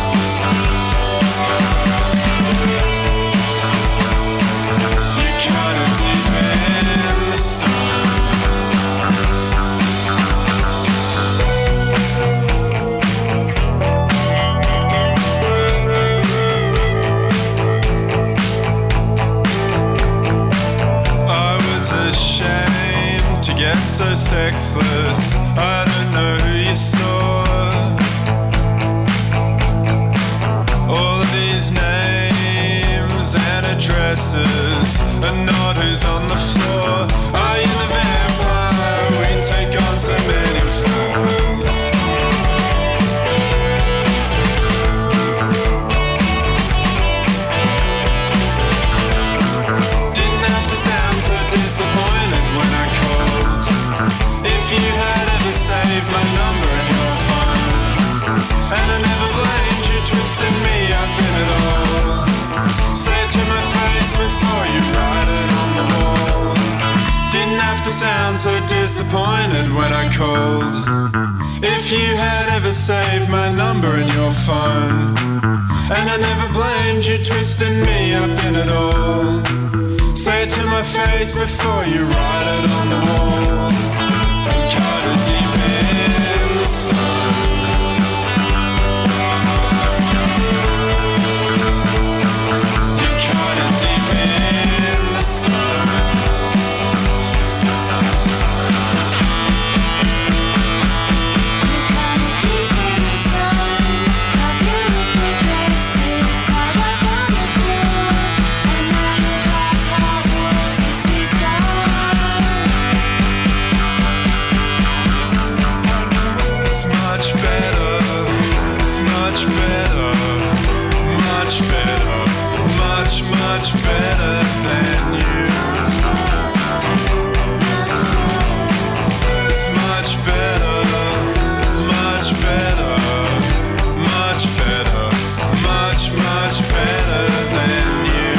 You're kinda deep in the stone. I was ashamed to get so sexless. I don't know who you saw. All of these names and addresses, and not who's on the floor. Are you the vampire? We take on so many forms. Didn't have to sound so disappointed when I called. If you had ever saved my number in your phone, and I never blamed you, twisting me up in it all. Say it to my face before you write it on the wall. Didn't have to sound so disappointed when I called. If you had ever saved my number in your phone, and I never blamed you, twisting me up in it all. Say it to my face before you write it on the wall. I'm kinda deep in the stone. You're kinda deep in the stone. Much better than you. It's much better, much better, much better, much better than you.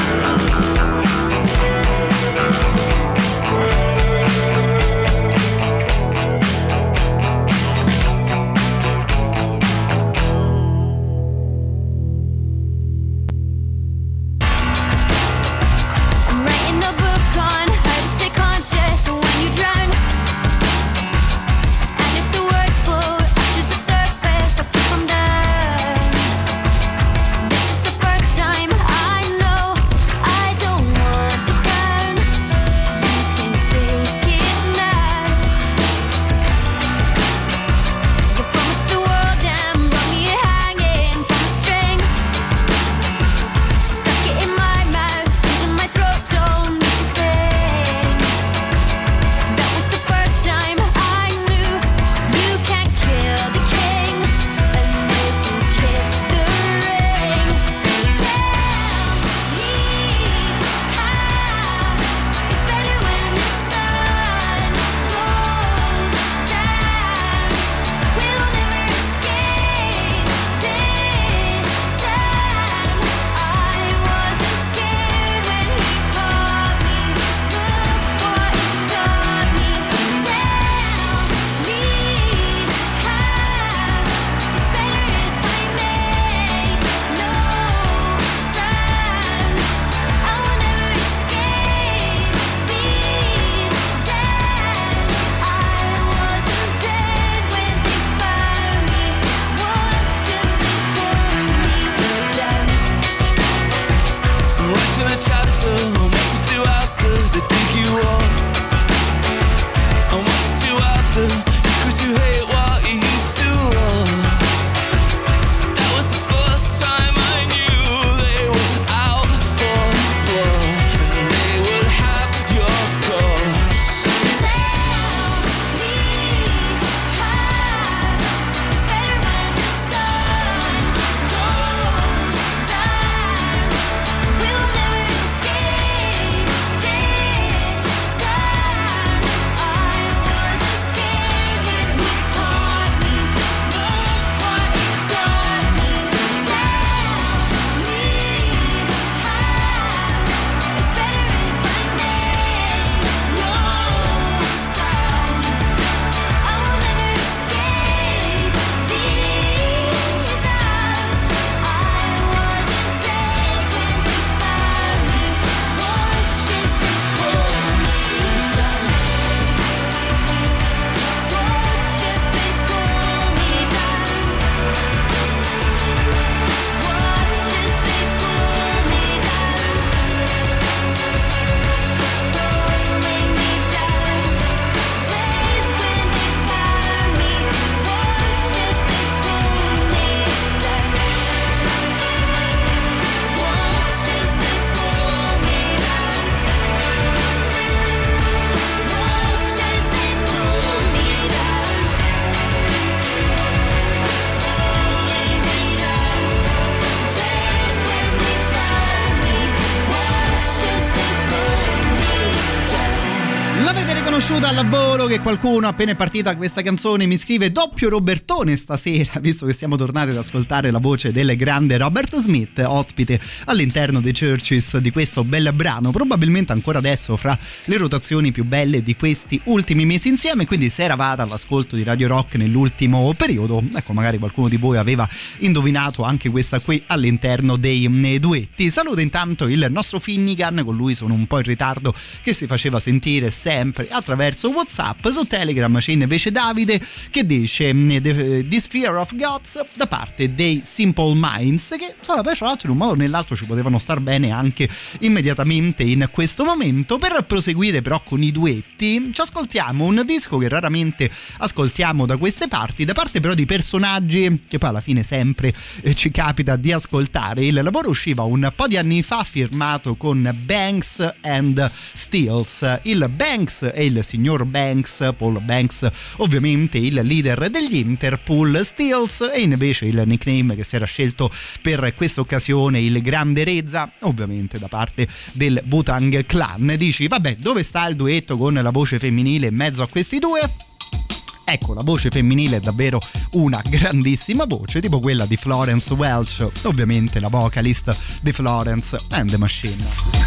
conosciuta al lavoro, che qualcuno appena è partita questa canzone mi scrive doppio Robertone stasera, visto che siamo tornati ad ascoltare la voce del grande Robert Smith, ospite all'interno dei Churches di questo bel brano, probabilmente ancora adesso fra le rotazioni più belle di questi ultimi mesi insieme. Quindi se eravate all'ascolto di Radio Rock nell'ultimo periodo, ecco, magari qualcuno di voi aveva indovinato anche questa qui all'interno dei duetti. Saluto intanto il nostro Finnegan, con lui sono un po' in ritardo, che si faceva sentire sempre attraverso WhatsApp. Su Telegram c'è invece Davide che dice This Fear of Gods da parte dei Simple Minds, che insomma, tra l'altro in un modo o nell'altro ci potevano star bene anche immediatamente in questo momento. Per proseguire però con i duetti ci ascoltiamo un disco che raramente ascoltiamo da queste parti, da parte però di personaggi che poi alla fine sempre ci capita di ascoltare. Il lavoro usciva un po' di anni fa, firmato con Banks and Stills. Il Banks è il signor Banks, Paul Banks, ovviamente il leader degli Interpol. Stills è invece il nickname che si era scelto per questa occasione, il grande Reza, ovviamente da parte del Wu-Tang Clan. Dici, vabbè, dove sta il duetto con la voce femminile in mezzo a questi due? Ecco, la voce femminile è davvero una grandissima voce, tipo quella di Florence Welch, ovviamente la vocalist di Florence and the Machine.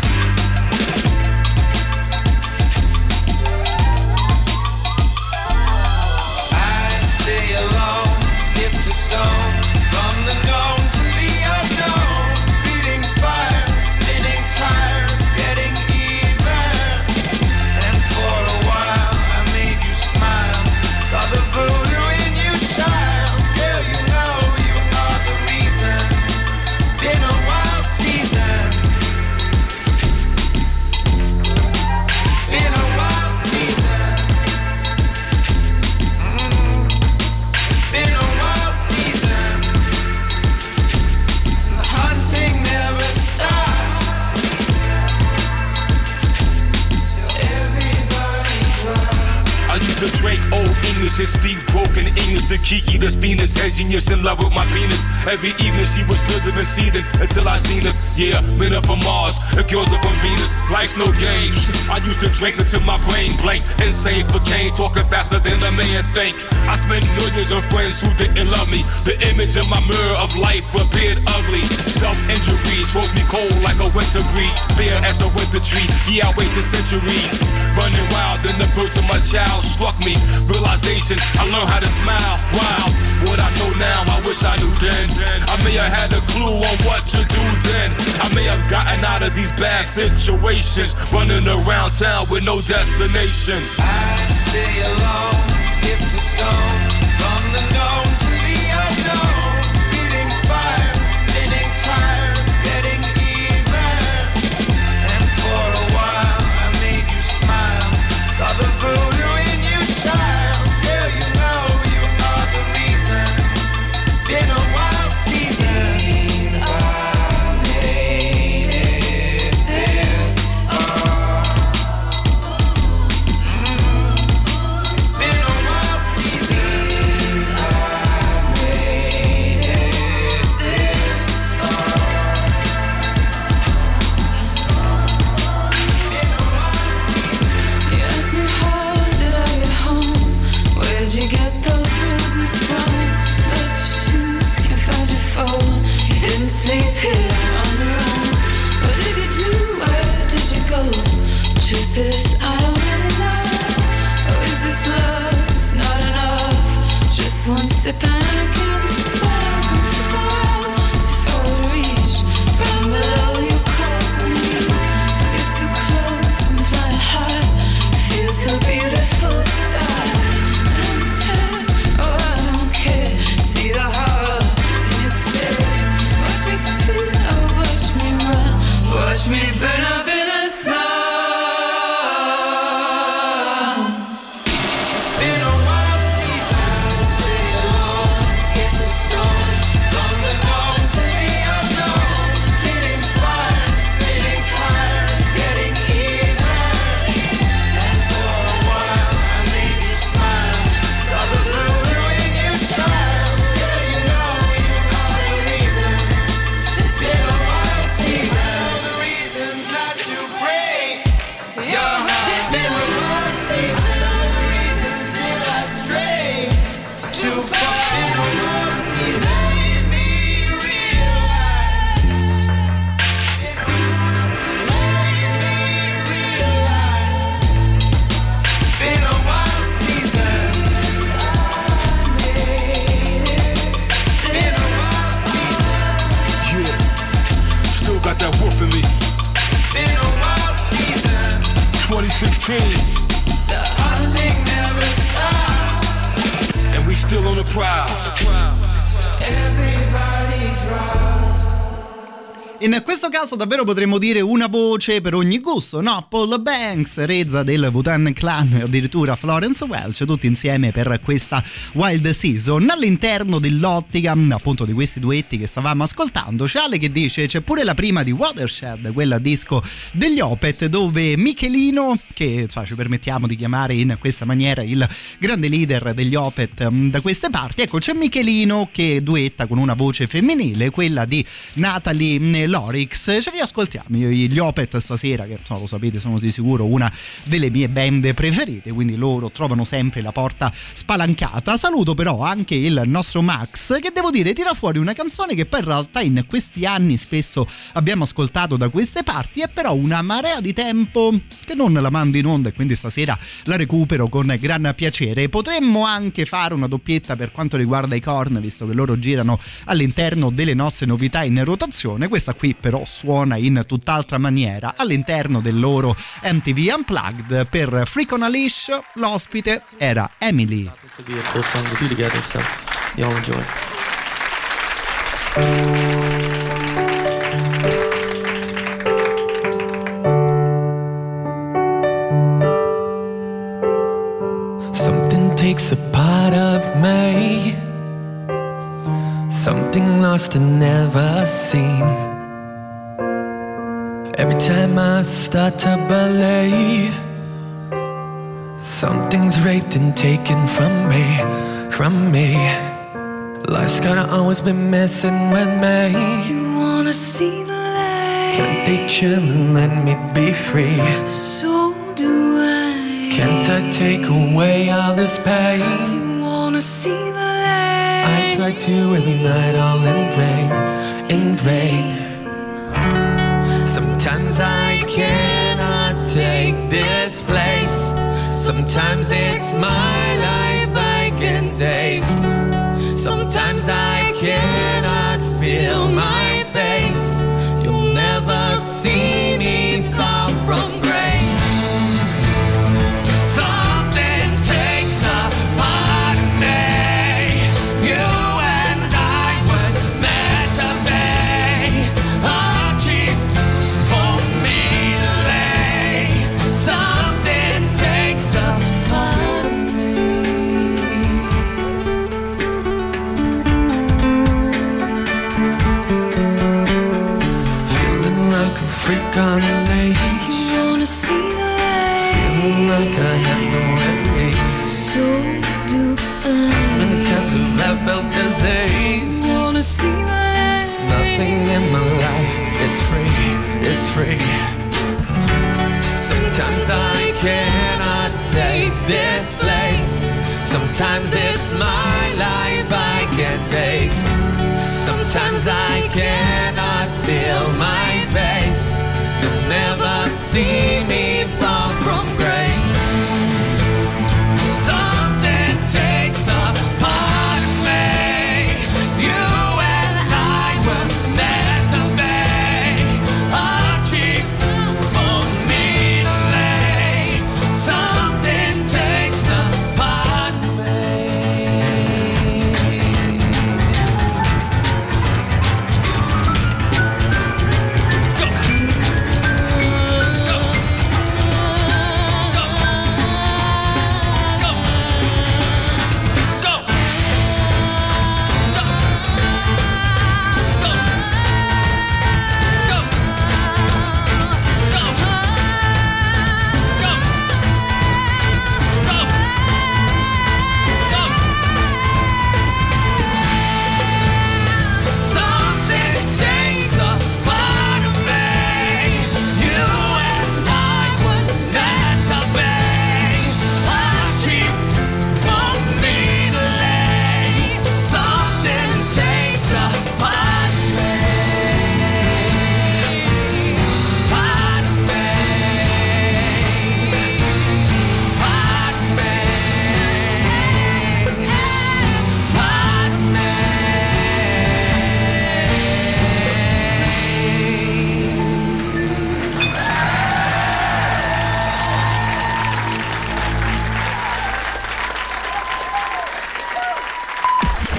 Drake old English and speak broken English to Kiki, that's Venus, had genius in love with my penis. Every evening she was living and seething until I seen her. Yeah, men are from Mars, and girls are from Venus. Life's no games. I used to drink until my brain blank. Insane for Kane, talking faster than a man think. I spent millions on friends who didn't love me. The image in my mirror of life appeared ugly. Self-injuries froze me cold like a winter breeze. Bare as a winter tree. Yeah, I wasted centuries running wild. Then the birth of my child struck me. Realization, I learned how to smile. Wow, what I know now, I wish I knew then. I may have had a clue on what to do then. I may have gotten out of these bad situations, running around town with no destination. I stay alone, skip to stone, from the known to the unknown, feeding fire, spinning tires, getting even. And for a while I made you smile, saw the voodoo in you, child. Girl, you know you are the reason. It's been a wild season. Seems I made it this far. It's been a wild season. Seems I made it this far. You ask me how did I get home? Where'd you get those bruises from? Lost your shoes, can't find your phone. You didn't sleep here on your own. What did you do? Where did you go? Truth is, I don't really know. Oh, is this love? It's not enough. Just one sip and I can't stop. Too far to reach. From below you close to me. I get too close and fly high. Feel too beautiful to die. And I'm dead, oh I don't care. See the horror in your stare. Watch me split, oh watch me run. Watch me burn up in the sun. It's been a wild season. Stay alone, skip too far. Been a wild season. Made me realize. Made me realize. It's been a wild season. It's been a wild season. Yeah, still got that wolf in me. It's been a wild season. 2016. The hunting never stops. And we still on the prowl. Everybody drops. In questo caso davvero potremmo dire una voce per ogni gusto, no? Paul Banks, Reza del Wu-Tang Clan, addirittura Florence Welch, tutti insieme per questa Wild Season. All'interno dell'ottica appunto di questi duetti che stavamo ascoltando, c'è Ale che dice c'è pure la prima di Watershed, quella disco degli Opeth, dove Michelino, che ci permettiamo di chiamare in questa maniera il grande leader degli Opeth da queste parti, ecco c'è Michelino che duetta con una voce femminile, quella di Natalie Lorix. Ce li ascoltiamo gli Opeth stasera, che lo sapete sono di sicuro una delle mie band preferite, quindi loro trovano sempre la porta spalancata. Saluto però anche il nostro Max, che devo dire tira fuori una canzone che poi in realtà in questi anni spesso abbiamo ascoltato da queste parti, è però una marea di tempo che non la mando in onda e quindi stasera la recupero con gran piacere. Potremmo anche fare una doppietta per quanto riguarda i Korn, visto che loro girano all'interno delle nostre novità in rotazione. Questa qui però suona in tutt'altra maniera all'interno del loro MTV Unplugged. Per Freak on a Leash l'ospite era Emily. Something takes a part of me, something lost and never seen. Every time I start to believe, something's raped and taken from me, from me. Life's gotta always be messing with me. You wanna see the light? Can't they chill and let me be free? So do I. Can't I take away all this pain? You wanna see the light? I try to every night, all in vain, in vain. Sometimes I cannot take this place. Sometimes it's my life I can taste. Sometimes I cannot feel my face. You'll never see me far from grace. Something takes a part of me. You and I were meant to be. A cheap for me to lay. Something takes a part of me. Feeling like a freak on a leash. You wanna see the light? Feeling like I have no enemies. So do I. Many times have I felt disease. Wanna see the light? Nothing in my life is free, is free. Sometimes I cannot take this place. Sometimes it's my life I can't taste. Sometimes I cannot feel my face. You'll never see me fall from grace. Something takes a part of me. You and I were meant to be. A cheap for me to lay. Something takes a part of me. Go. Go.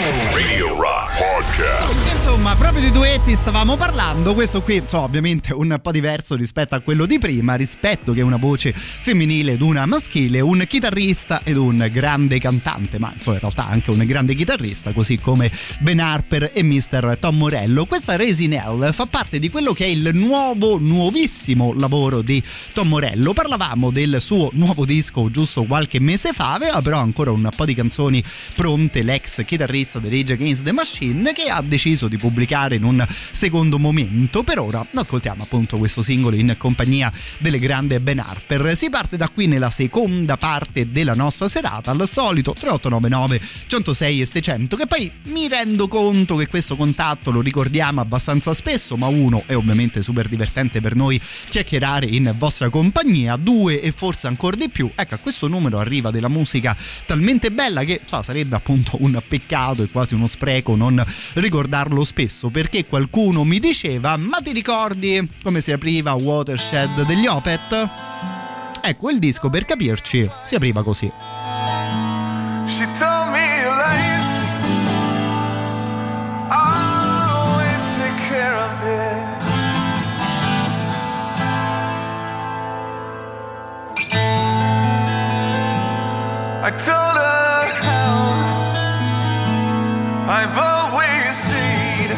Radio Rock Podcast. Insomma, proprio di duetti stavamo parlando. Questo qui, ovviamente un po' diverso rispetto a quello di prima. Rispetto che una voce femminile ed una maschile, un chitarrista ed un grande cantante, ma in realtà anche un grande chitarrista, così come Ben Harper e Mr. Tom Morello. Questa Raising Hell fa parte di quello che è il nuovissimo lavoro di Tom Morello. Parlavamo del suo nuovo disco giusto qualche mese fa, aveva però ancora un po' di canzoni pronte l'ex chitarrista di Rage Against the Machine, che ha deciso di pubblicare in un secondo momento. Per ora ascoltiamo appunto questo singolo in compagnia delle grandi Ben Harper. Si parte da qui nella seconda parte della nostra serata, al solito 3899 106 e 600, che poi mi rendo conto che questo contatto lo ricordiamo abbastanza spesso, ma uno, è ovviamente super divertente per noi chiacchierare in vostra compagnia, due, e forse ancora di più, ecco, a questo numero arriva della musica talmente bella che sarebbe appunto un peccato e quasi uno spreco non ricordarlo spesso, perché qualcuno mi diceva: ma ti ricordi come si apriva Watershed degli Opeth? Ecco, il disco, per capirci, si apriva così. She told me lies, always take care of it. I told her how I've always stayed,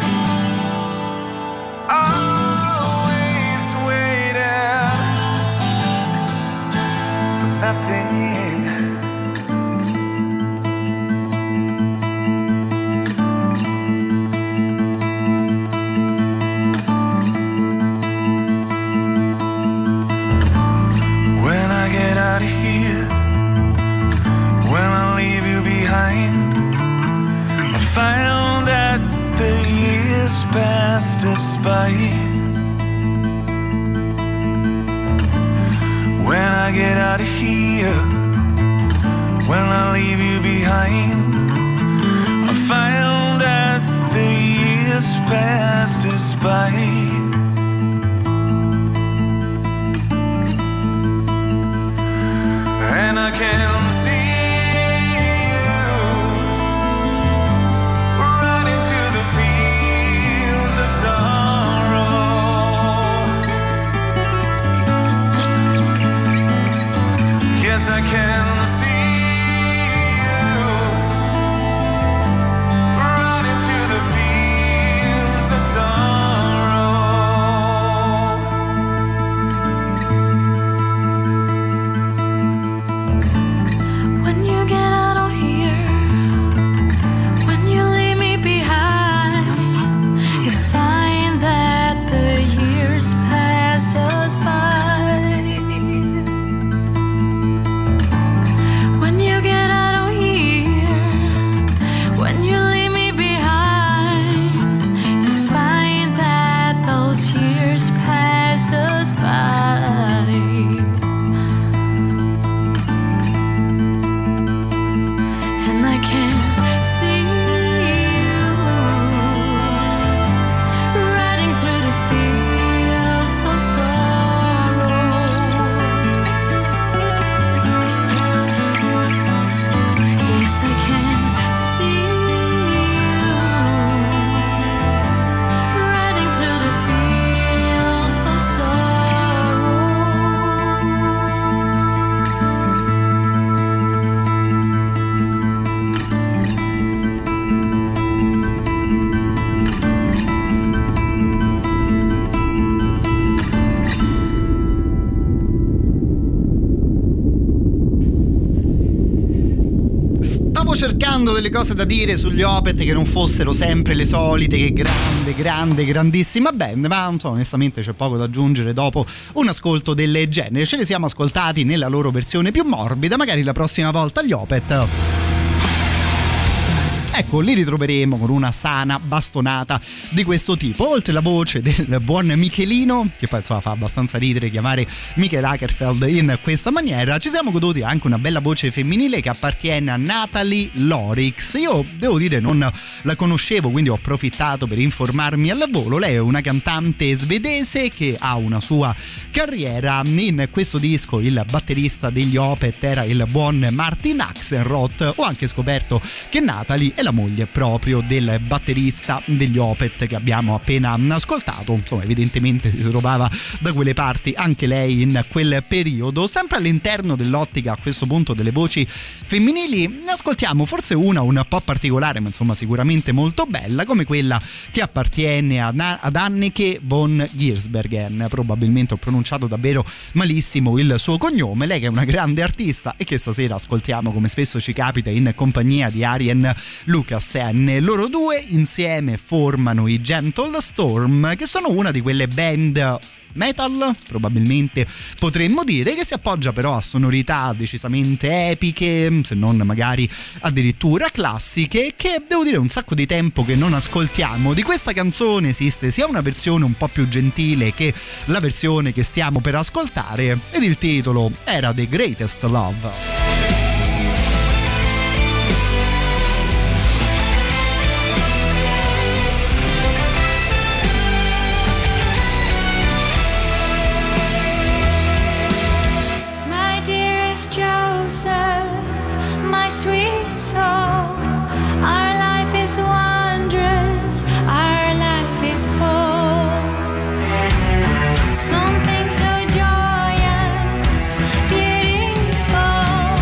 always waited for nothing. When I get out of here, when I leave you behind, I found that the years passed us by. When I get out of here, when I leave you behind, I found that the years passed us by. And I can see you right into the fields of sorrow. Yes, I can see you right into the fields of sorrow. Cercando delle cose da dire sugli Opeth che non fossero sempre le solite, che grandissima band, ma onestamente c'è poco da aggiungere dopo un ascolto del genere. Ce li siamo ascoltati nella loro versione più morbida, magari la prossima volta gli Opeth, ecco, li ritroveremo con una sana bastonata di questo tipo. Oltre la voce del buon Michelino, che poi fa abbastanza ridere chiamare Michael Akerfeld in questa maniera, ci siamo goduti anche una bella voce femminile che appartiene a Natalie Lorix. Io devo dire non la conoscevo, quindi ho approfittato per informarmi al volo. Lei è una cantante svedese che ha una sua carriera. In questo disco il batterista degli Opeth era il buon Martin Axelrod. Ho anche scoperto che Natalie è la moglie proprio del batterista degli Opeth che abbiamo appena ascoltato. Insomma, evidentemente si trovava da quelle parti anche lei in quel periodo. Sempre all'interno dell'ottica a questo punto delle voci femminili, ne ascoltiamo forse una un po' particolare, ma insomma sicuramente molto bella, come quella che appartiene ad Anneke von Giersbergen. Probabilmente ho pronunciato davvero malissimo il suo cognome. Lei che è una grande artista e che stasera ascoltiamo, come spesso ci capita, in compagnia di Arjen Lucassen. Loro due insieme formano i Gentle Storm, che sono una di quelle band metal, probabilmente potremmo dire, che si appoggia però a sonorità decisamente epiche, se non magari addirittura classiche, che devo dire un sacco di tempo che non ascoltiamo. Di questa canzone esiste sia una versione un po' più gentile che la versione che stiamo per ascoltare, ed il titolo era The Greatest Love. My sweet soul, our life is wondrous, our life is whole. Something so joyous, beautiful,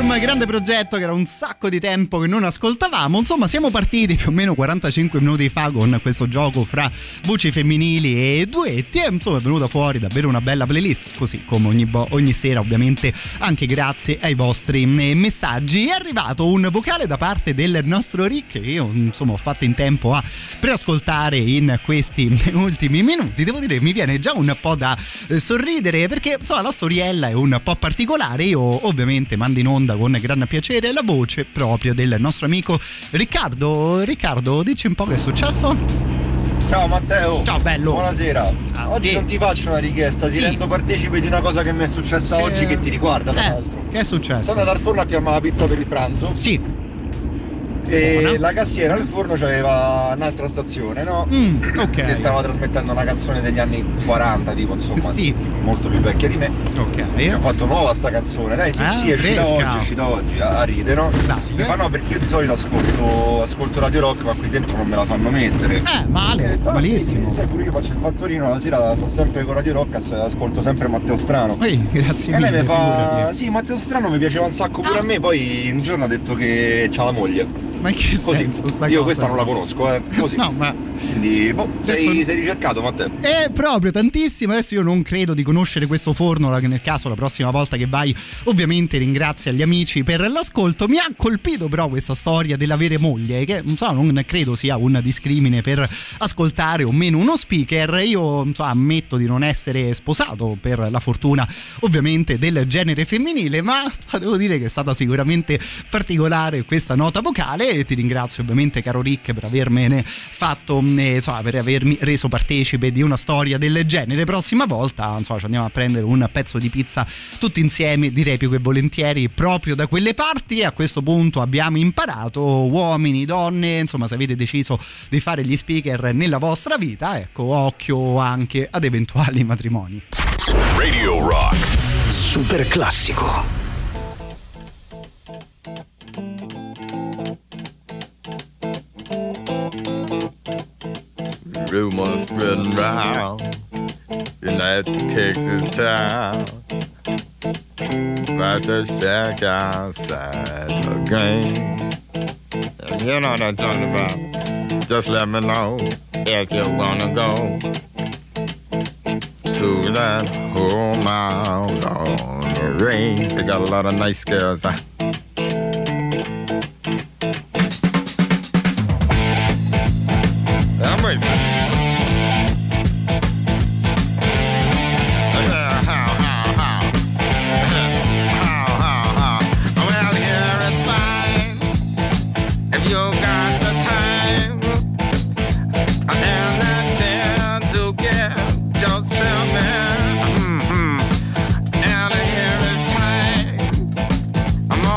Storm, grande progetto che era un sacco di tempo che non ascoltavamo. Insomma, siamo partiti più o meno 45 minuti fa con questo gioco fra voci femminili e duetti e insomma è venuta fuori davvero una bella playlist, così come ogni sera, ovviamente anche grazie ai vostri messaggi. È arrivato un vocale da parte del nostro Rick che io insomma ho fatto in tempo a preascoltare in questi ultimi minuti. Devo dire, mi viene già un po' da sorridere perché insomma la storiella è un po' particolare. Io ovviamente mando in onda con gran piacere la voce proprio del nostro amico Riccardo. Riccardo, dici un po' che è successo? Ciao Matteo. Ciao bello. Buonasera. Oggi non ti faccio una richiesta, ti rendo partecipe di una cosa che mi è successa oggi che ti riguarda tra l'altro. Che è successo? Sono andato al forno a chiamare la pizza per il pranzo. Sì. E la cassiera al forno c'aveva un'altra stazione, no? Ok. Che stava trasmettendo una canzone degli anni 40, tipo, insomma, sì, molto più vecchia di me. Ok. E ho fatto nuova sta canzone, dai, sì, è uscita oggi, a ride, no? Ma no, perché io di solito ascolto Radio Rock, ma qui dentro non me la fanno mettere. Male, malissimo. Sai, pure io faccio il fattorino, la sera sto sempre con Radio Rock, ascolto sempre Matteo Strano. Grazie mille. E lei mi figurati. sì, Matteo Strano mi piaceva un sacco pure a me, poi un giorno ha detto che c'ha la moglie. Ma in che senso sta io cosa? questa non la conosco, così. No, ma quindi sei ricercato, Matteo? Proprio tantissimo. Adesso io non credo di conoscere questo forno, nel caso la prossima volta che vai ovviamente ringrazia gli amici per l'ascolto. Mi ha colpito però questa storia dell'avere moglie, che non credo sia un discrimine per ascoltare o meno uno speaker. Io ammetto di non essere sposato, per la fortuna ovviamente del genere femminile, ma devo dire che è stata sicuramente particolare questa nota vocale. E ti ringrazio ovviamente, caro Rick, per avermene fatto, per avermi reso partecipe di una storia del genere. Prossima volta ci andiamo a prendere un pezzo di pizza tutti insieme, direi più che volentieri, proprio da quelle parti. E a questo punto abbiamo imparato, uomini, donne, insomma, se avete deciso di fare gli speaker nella vostra vita, ecco, occhio anche ad eventuali matrimoni. Radio Rock super classico. Rumors spreading round in that Texas town about the shack outside the game. And you know what I'm talking about. Just let me know if you wanna go to that home out on the range. They got a lot of nice girls. I'm racing. Well, here it's fine if you got the time and the time to get yourself in. And here it's time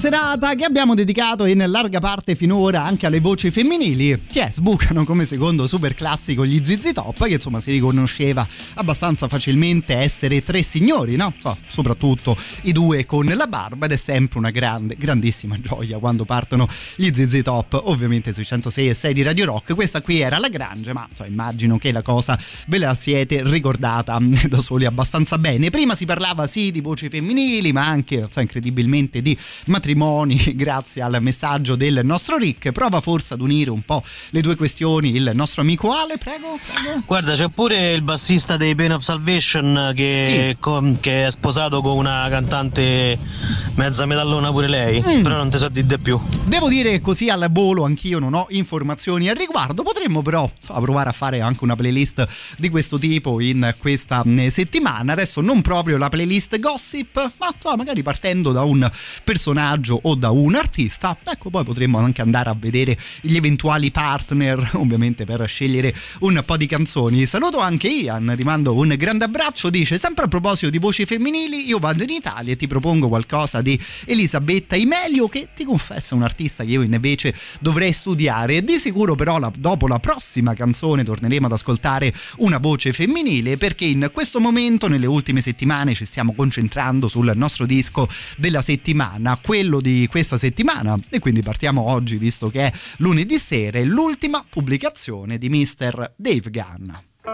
serata che abbiamo dedicato in larga parte finora anche alle voci femminili, che sbucano come secondo super classico gli ZZ Top, che insomma si riconosceva abbastanza facilmente essere tre signori, no? Soprattutto i due con la barba, ed è sempre una grandissima gioia quando partono gli ZZ Top, ovviamente sui 106.6 di Radio Rock. Questa qui era La Grange, ma immagino che la cosa ve la siete ricordata da soli abbastanza bene. Prima si parlava sì di voci femminili, ma anche incredibilmente di matrimoni grazie al messaggio del nostro Rick. Prova forse ad unire un po' le due questioni il nostro amico Ale, prego. Guarda, c'è pure il bassista dei Pain of Salvation che è sposato con una cantante mezza metallona pure lei, però non te so dire di più. Devo dire così al volo, anch'io non ho informazioni al riguardo. Potremmo però provare a fare anche una playlist di questo tipo in questa settimana. Adesso non proprio la playlist gossip, ma magari partendo da un personaggio o da un artista, ecco, poi potremmo anche andare a vedere gli eventuali partner, ovviamente, per scegliere un po' di canzoni. Saluto anche Ian, ti mando un grande abbraccio. Dice: sempre a proposito di voci femminili, io vado in Italia e ti propongo qualcosa di Elisabetta Imelio, che ti confesso è un artista che io invece dovrei studiare. Di sicuro però dopo la prossima canzone torneremo ad ascoltare una voce femminile, perché in questo momento, nelle ultime settimane, ci stiamo concentrando sul nostro disco della settimana, quello di questa settimana, e quindi partiamo oggi, visto che è lunedì sera, l'ultima pubblicazione di Mr. Dave Gunn.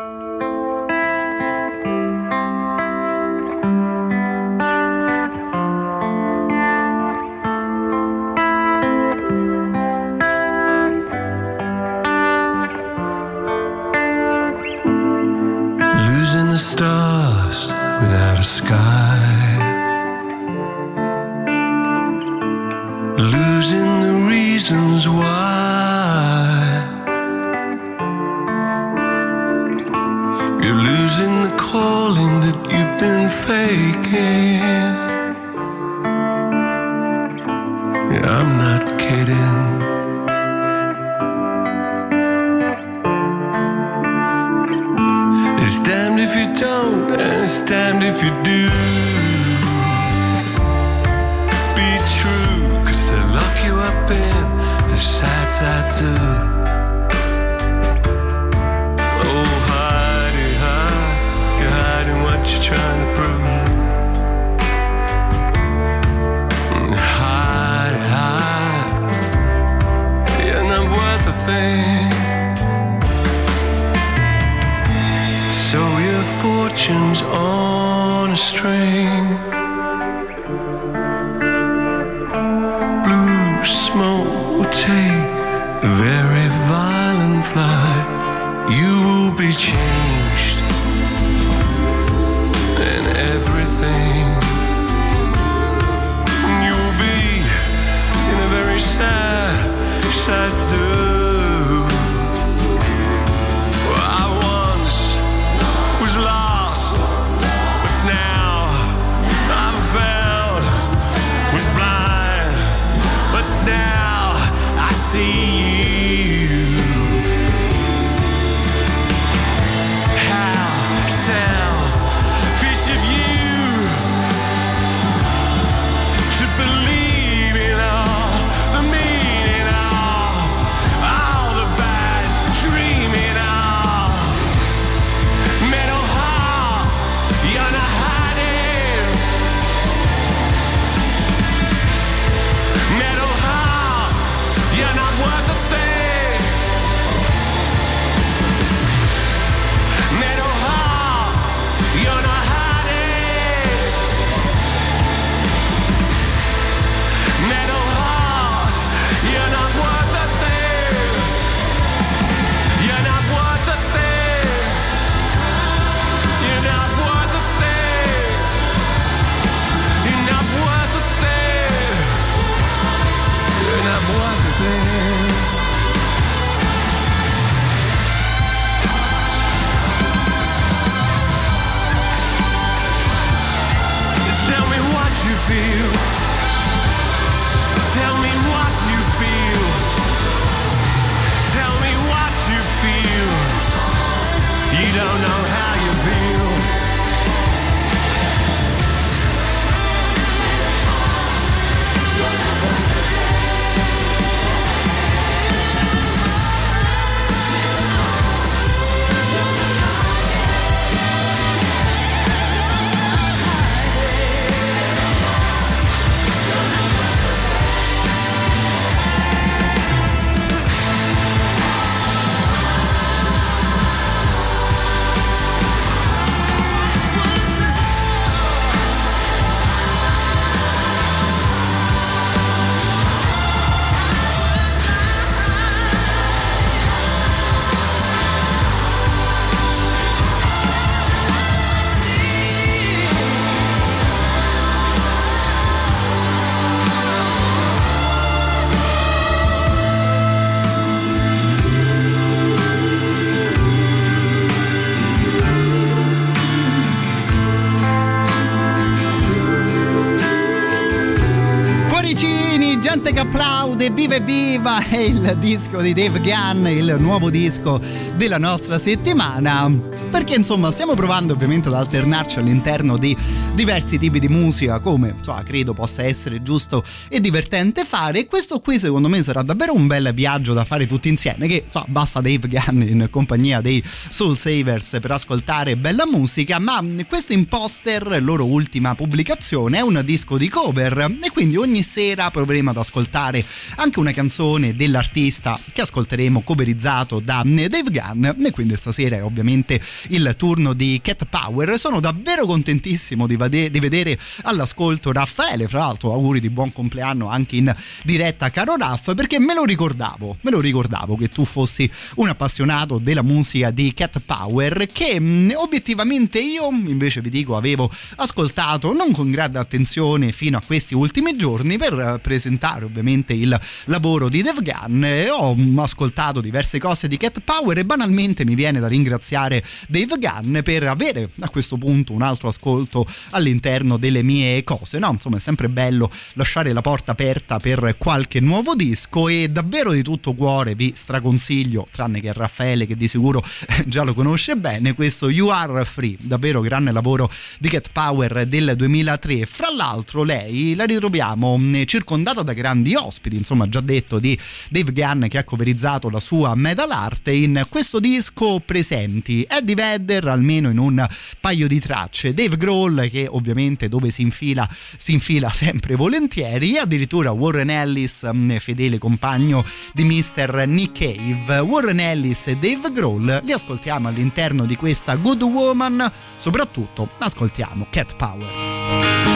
Losing the stars without a sky, losing the reasons why, you're losing the calling that you've been faking. Yeah, I'm not kidding. It's damned if you don't, and it's damned if you do. Be true, 'cause they lock you up in a sad tattoo. Oh, hide it, hide, you're hiding what you're trying to prove. Hide it, hide, you're not worth a thing. So your fortune's on a string. Blue smoke will take a very violent flight. You will be changed in everything. You'll be in a very sad, sad zoo. Lost, but now I'm found. Was blind, but now I see you. How selfish of you to believe in all the meaning, all the bad dreaming, all metal heart, you're not hiding. Metal heart, you're not worth a thing. Metal heart, you're not hiding. Metal heart, you're not worth a thing. You're not worth a thing. You're not worth a thing. You're not worth a thing. You're not worth a thing. Tell me what you feel. Tell me what you feel. Tell me what you feel. You don't know how you feel. You're not gente che applaude, viva e viva, è il disco di Dave Gunn, il nuovo disco della nostra settimana, perché insomma stiamo provando ovviamente ad alternarci all'interno di diversi tipi di musica, come insomma credo possa essere giusto e divertente fare, e questo qui secondo me sarà davvero un bel viaggio da fare tutti insieme, che insomma basta Dave Gunn in compagnia dei Soul Savers per ascoltare bella musica, ma questo Imposter, loro ultima pubblicazione, è un disco di cover e quindi ogni sera proveremo ad ascoltare anche una canzone dell'artista che ascolteremo coverizzato da Dave Gunn, e quindi stasera è ovviamente il turno di Cat Power. Sono davvero contentissimo di vedere all'ascolto Raffaele, fra l'altro auguri di buon compleanno anche in diretta caro Raff, perché me lo ricordavo che tu fossi un appassionato della musica di Cat Power, che obiettivamente io invece vi dico avevo ascoltato non con grande attenzione fino a questi ultimi giorni per presentare ovviamente il lavoro di Dave Gunn. Ho ascoltato diverse cose di Cat Power e banalmente mi viene da ringraziare Dave Gunn per avere a questo punto un altro ascolto all'interno delle mie cose, no? Insomma è sempre bello lasciare la porta aperta per qualche nuovo disco, e davvero di tutto cuore vi straconsiglio, tranne che Raffaele che di sicuro già lo conosce bene, questo You Are Free, davvero grande lavoro di Cat Power del 2003. Fra l'altro lei la ritroviamo circondata da grandi ospiti, insomma già detto di Dave Gunn che ha coverizzato la sua metal art, in questo disco presenti Eddie Vedder almeno in un paio di tracce, Dave Grohl che ovviamente dove si infila sempre volentieri, e addirittura Warren Ellis, fedele compagno di Mr. Nick Cave. Warren Ellis e Dave Grohl li ascoltiamo all'interno di questa Good Woman, soprattutto ascoltiamo Cat Power.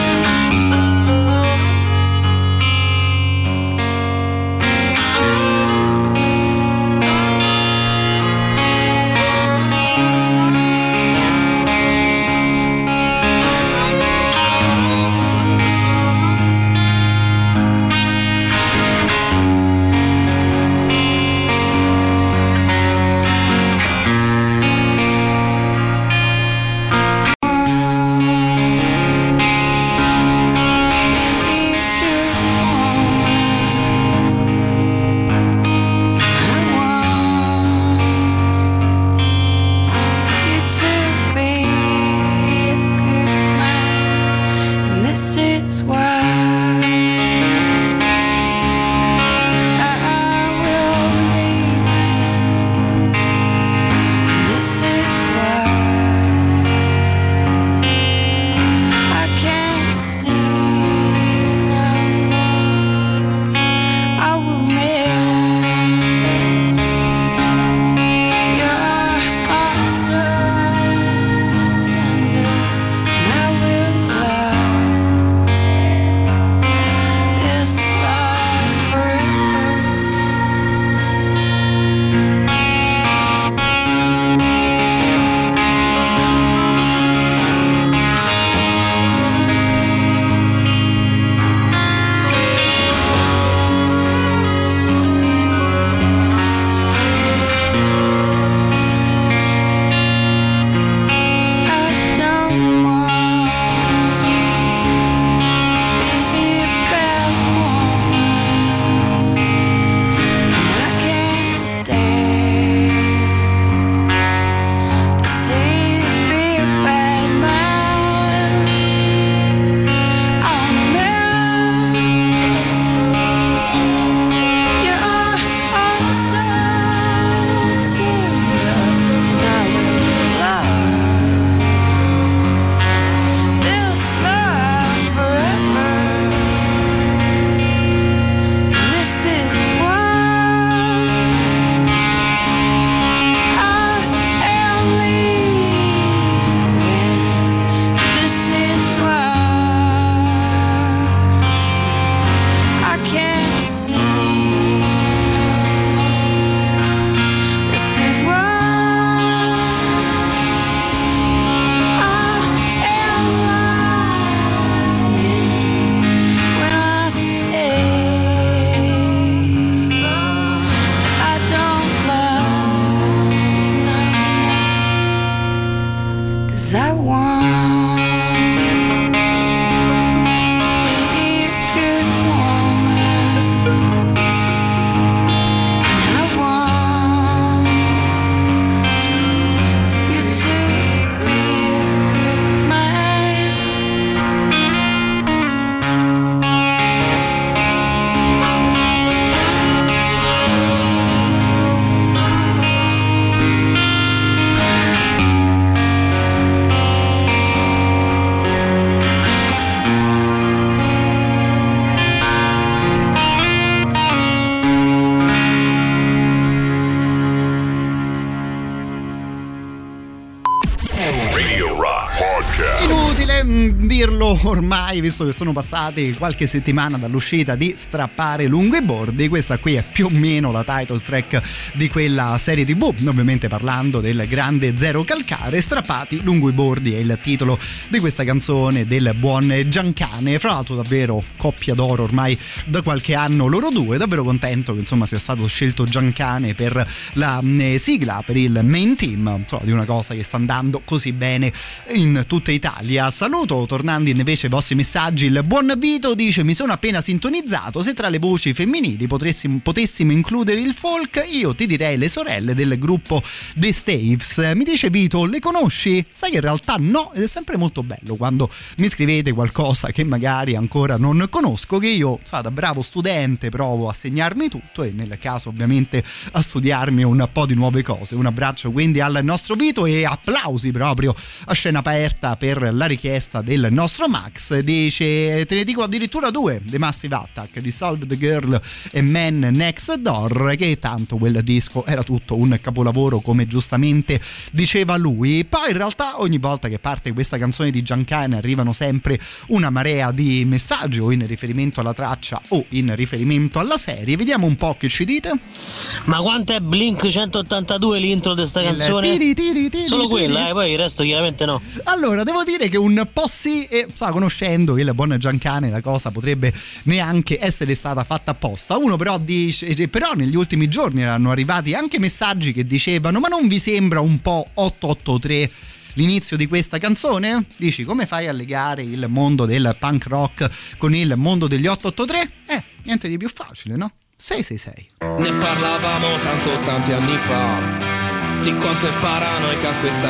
Radio Rock Podcast. Inutile dirlo ormai, visto che sono passati qualche settimana dall'uscita di Strappare lungo i bordi. Questa qui è più o meno la title track di quella serie TV, ovviamente parlando del grande Zero Calcare. Strappati lungo i bordi è il titolo di questa canzone del buon Giancane. Fra l'altro davvero coppia d'oro ormai da qualche anno loro due. Davvero contento che insomma sia stato scelto Giancane per la sigla, per il main team, insomma, di una cosa che sta andando così bene in tutta Italia. Saluto, tornando invece ai vostri messaggi, il buon Vito dice: mi sono appena sintonizzato, se tra le voci femminili potessimo includere il folk, io ti direi le sorelle del gruppo The Staves. Mi dice Vito, le conosci? Sai che in realtà no, ed è sempre molto bello quando mi scrivete qualcosa che magari ancora non conosco, che io da bravo studente provo a segnarmi tutto e nel caso ovviamente a studiarmi un po' di nuove cose. Un abbraccio quindi al nostro Vito e applausi proprio a scena aperta per la richiesta del nostro Max. Dice: te ne dico addirittura due, The Massive Attack, Dissolved Girl e Man Next Door, che tanto quel disco era tutto un capolavoro, come giustamente diceva lui. Poi in realtà ogni volta che parte questa canzone di Giancane arrivano sempre una marea di messaggi, o in riferimento alla traccia o in riferimento alla serie. Vediamo un po' che ci dite. Ma quanto è Blink 182 l'intro di sta canzone? Solo quella, poi il resto chiaramente no. Allora, devo dire che un po' sì, e conoscendo il buon Giancane la cosa potrebbe neanche essere stata fatta apposta. Uno però dice: però negli ultimi giorni erano arrivati anche messaggi che dicevano: ma non vi sembra un po' 883 l'inizio di questa canzone? Dici, come fai a legare il mondo del punk rock con il mondo degli 883? Niente di più facile, no? 666. Ne parlavamo tanti anni fa, di quanto è paranoica questa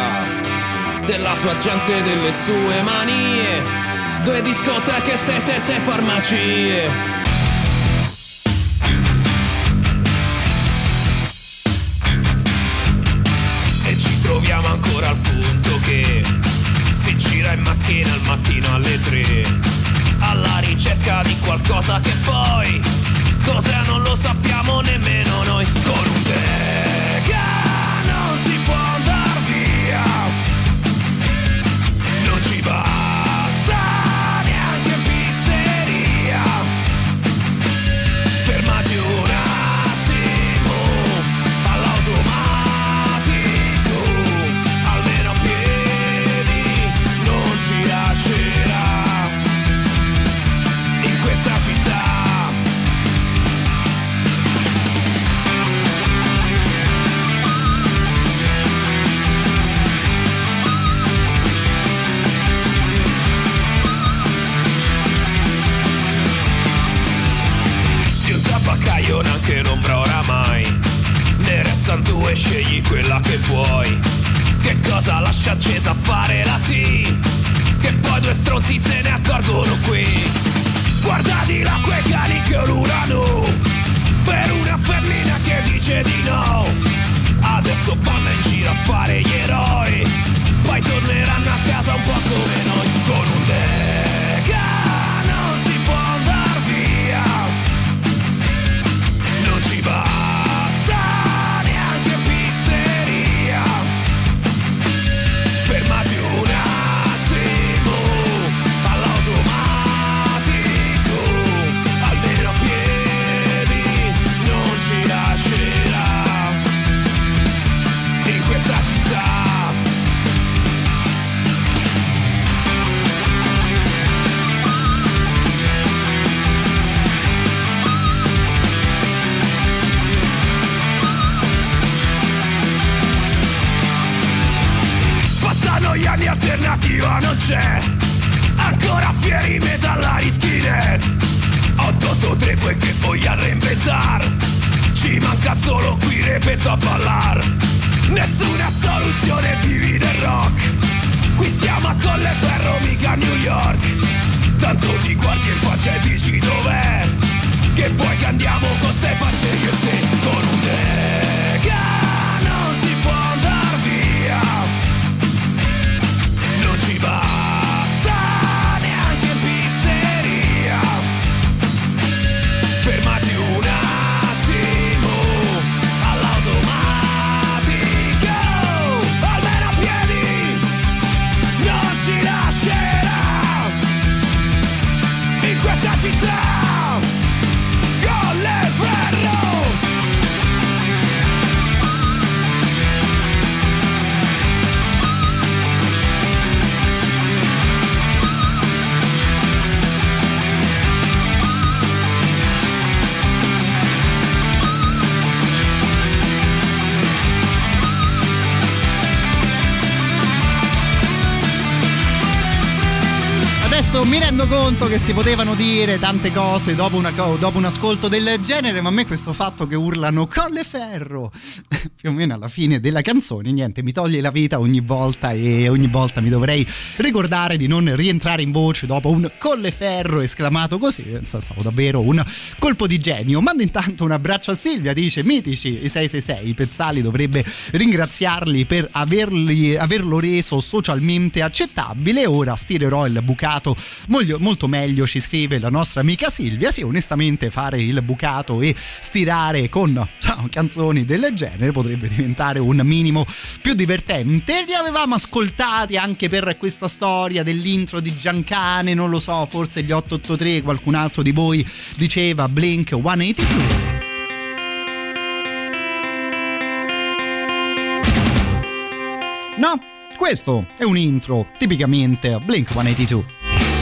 città, della sua gente, delle sue manie, 2 discoteche, 6 farmacie. E ci troviamo ancora al punto che si gira in macchina al mattino alle 3, alla ricerca di qualcosa che poi cos'è non lo sappiamo nemmeno noi. Con un Deca non si può andar via, non ci basta neanche pizzeria. Fermati un attimo all'automatico, almeno a piedi non ci lascerà in questa città. Io neanche l'ombra oramai, ne restano 2, scegli quella che vuoi. Che cosa lascia accesa a fare la T, che poi 2 stronzi se ne accorgono qui. Guarda di là quei cani che ululano per una femmina che dice di no. Adesso vanno in giro a fare gli eroi, poi torneranno a casa un po' come noi. Con un Deca non si può andar via, non ci basta neanche pizzeria. Fermati un attimo all'automatico, almeno a piedi non ci lascerà in questa città. Gli anni, alternativa non c'è, ancora fieri metallari skinhead. 883 quel che vogliamo reinventare, ci manca solo qui ripeto a ballar. Nessuna soluzione divide il rock, qui siamo a Colleferro mica a New York. Tanto ti guardi in faccia e dici dov'è, che vuoi che andiamo con ste facce io e te. Con un Deca non si può andar via, non ci basta neanche pizzeria. Fermati un attimo all'automatico, almeno a piedi Adesso mi rendo conto che si potevano dire tante cose dopo un ascolto del genere, ma a me questo fatto che urlano Colleferro più o meno alla fine della canzone, niente, mi toglie la vita ogni volta, e ogni volta mi dovrei ricordare di non rientrare in voce dopo un Colleferro esclamato così. Stavo davvero un colpo di genio. Mando intanto un abbraccio a Silvia, dice mitici i 666, Pezzali dovrebbe ringraziarli per averlo reso socialmente accettabile. Ora stirerò il bucato molto meglio, ci scrive la nostra amica Silvia. Sì, onestamente fare il bucato e stirare con canzoni del genere potrebbe diventare un minimo più divertente. Li avevamo ascoltati anche per questa storia dell'intro di Giancane, non lo so, forse gli 883, qualcun altro di voi diceva Blink 182. No, questo è un intro tipicamente Blink 182.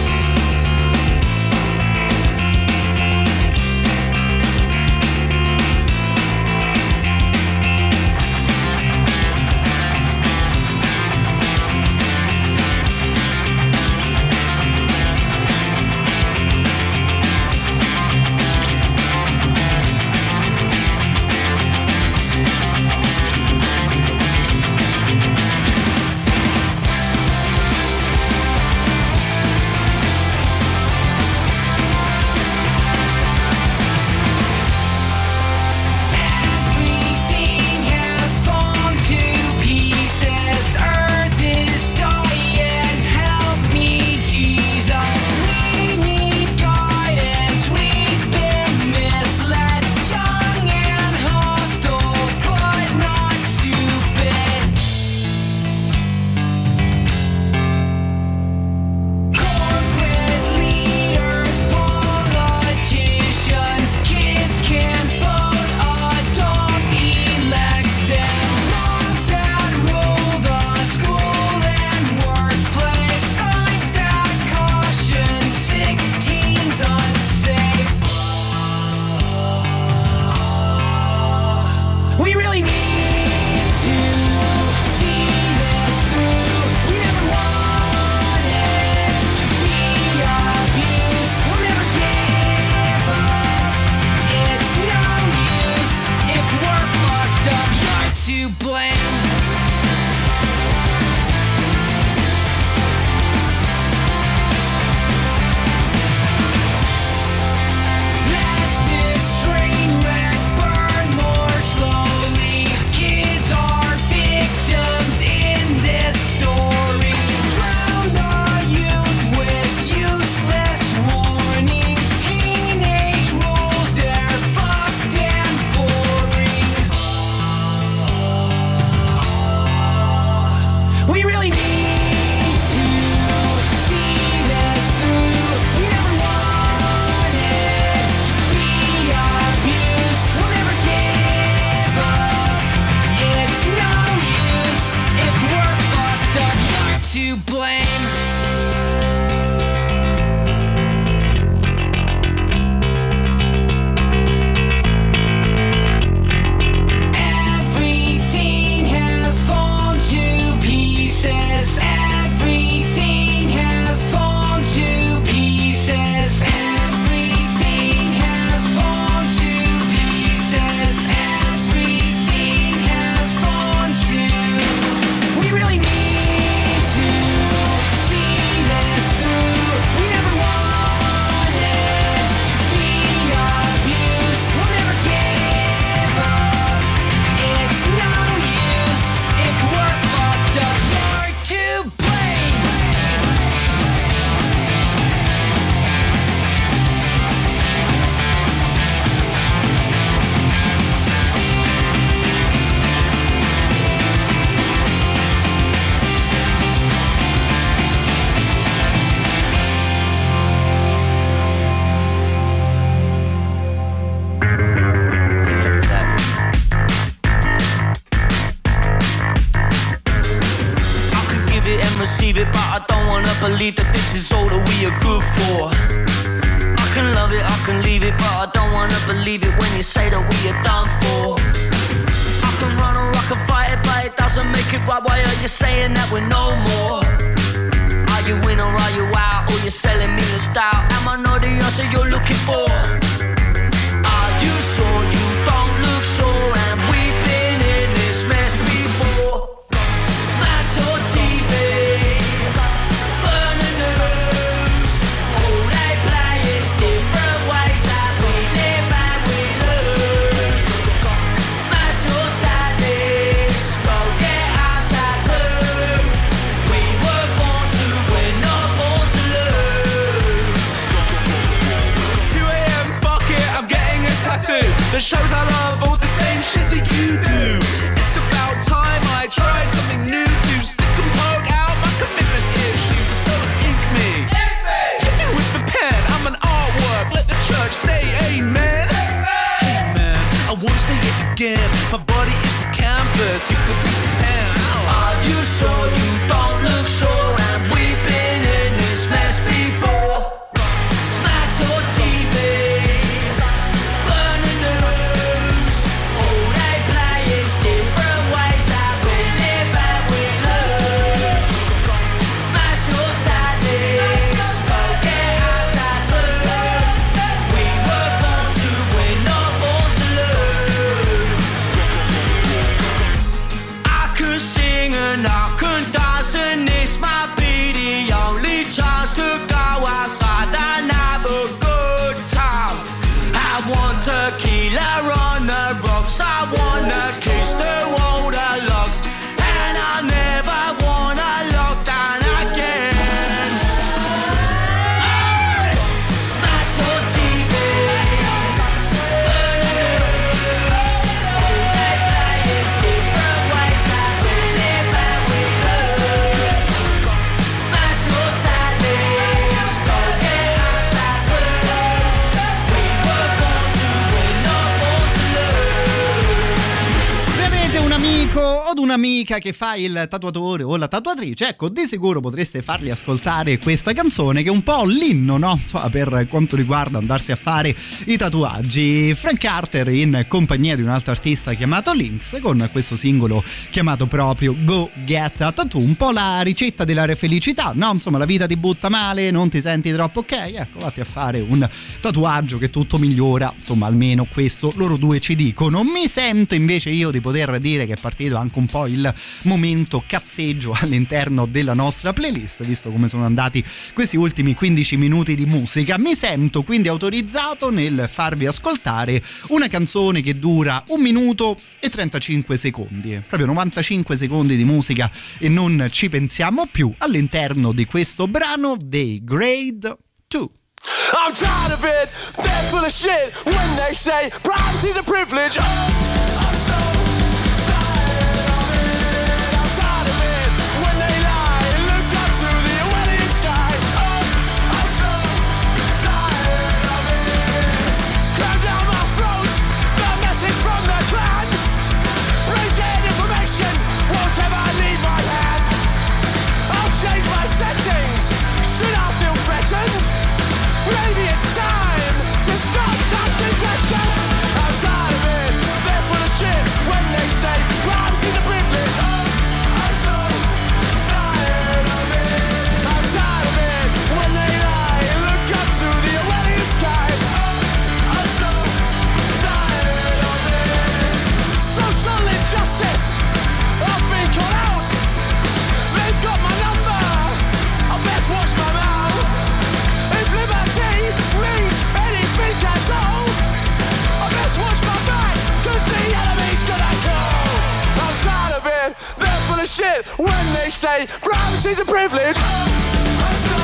receive it, but I don't wanna believe that this is all that we are good for. I can love it, I can leave it, but I don't wanna believe it when you say that we are done for. I can run or I can fight it, but it doesn't make it right. Why are you saying that we're no more? Are you in or are you out? Or you're selling stressed out? Am I not the answer you're looking for? Are you sure you don't look sure? And we've been in this mess before. Smash your TV, burn the news. All they play is different ways that we live and we lose. Smash your sadness, go get our tattoo. We were born to win, not born to lose. It's 2 a.m, fuck it, I'm getting a tattoo that shows I love all the same shit that you do. It's about time I tried something new to stick and poke out my commitment issues. So ink me, hit me with the pen, I'm an artwork, let the church say amen. Amen, I wanna say it again, my body is the canvas, you could be the pen. Are you sure you don't look sure? And we've been in this mess before. Smash your TV, burn the news. All they play is different ways that we live and we lose. Smash your sadness, go get our tattoo. We were born to win, not born to lose. I could sing and I could dance, and this might be the only chance to go outside and have a good time. I want tequila on the rocks, I wanna kiss to all the logs, and I never wanna lock down again. Hey! Smash your TV, burn the news. All they play is different ways that we live and we lose. Smash your sadness, go get our tattoo. We were born to win, not born to lose. Se avete un amico o un'amica che fa il tatuatore o la tatuatrice, ecco, di sicuro potreste fargli ascoltare questa canzone che è un po' l'inno, no? Insomma, per quanto riguarda andarsi a fare i tatuaggi. Frank Carter in compagnia di un altro artista chiamato Lynx, con questo singolo chiamato proprio Go Get a Tattoo, un po' la ricetta della felicità, no? Insomma, la vita ti butta male, non ti senti troppo ok, ecco, vatti a fare un tatuaggio che tutto migliora, insomma, almeno questo loro due ci dicono. Mi sento invece io di poter dire che è partito anche un po' il momento cazzeggio all'interno della nostra playlist, visto come sono andati questi ultimi 15 minuti di musica. Mi sento quindi autorizzato nel farvi ascoltare una canzone che dura 1 minuto e 35 secondi, proprio 95 secondi di musica e non ci pensiamo più, all'interno di questo brano dei Grade 2. I'm tired of it, they're full of shit when they say privacy's a privilege. Oh, I'm so tired of it. I'm tired of it when they lie and look up to the Orwellian sky. Oh, I'm so tired of it. Cram down my throat, the message from the clan. Brain dead information won't ever leave my hand. I'll change my settings, should I feel threatened? Maybe it's time to stop asking questions. I'm tired of it, they're full of shit when they say privacy's a privilege. Oh, I'm so tired of it. I'm tired of it when they lie and look up to the Orwellian sky. Oh, I'm so tired of it. Social injustice, I've been caught out. They've got my number, I best watch my mouth. If liberty means anything at all, I best watch my back, cause the enemy's gonna call. I'm tired of it, they're full of shit when they say privacy's a privilege. Oh, I'm so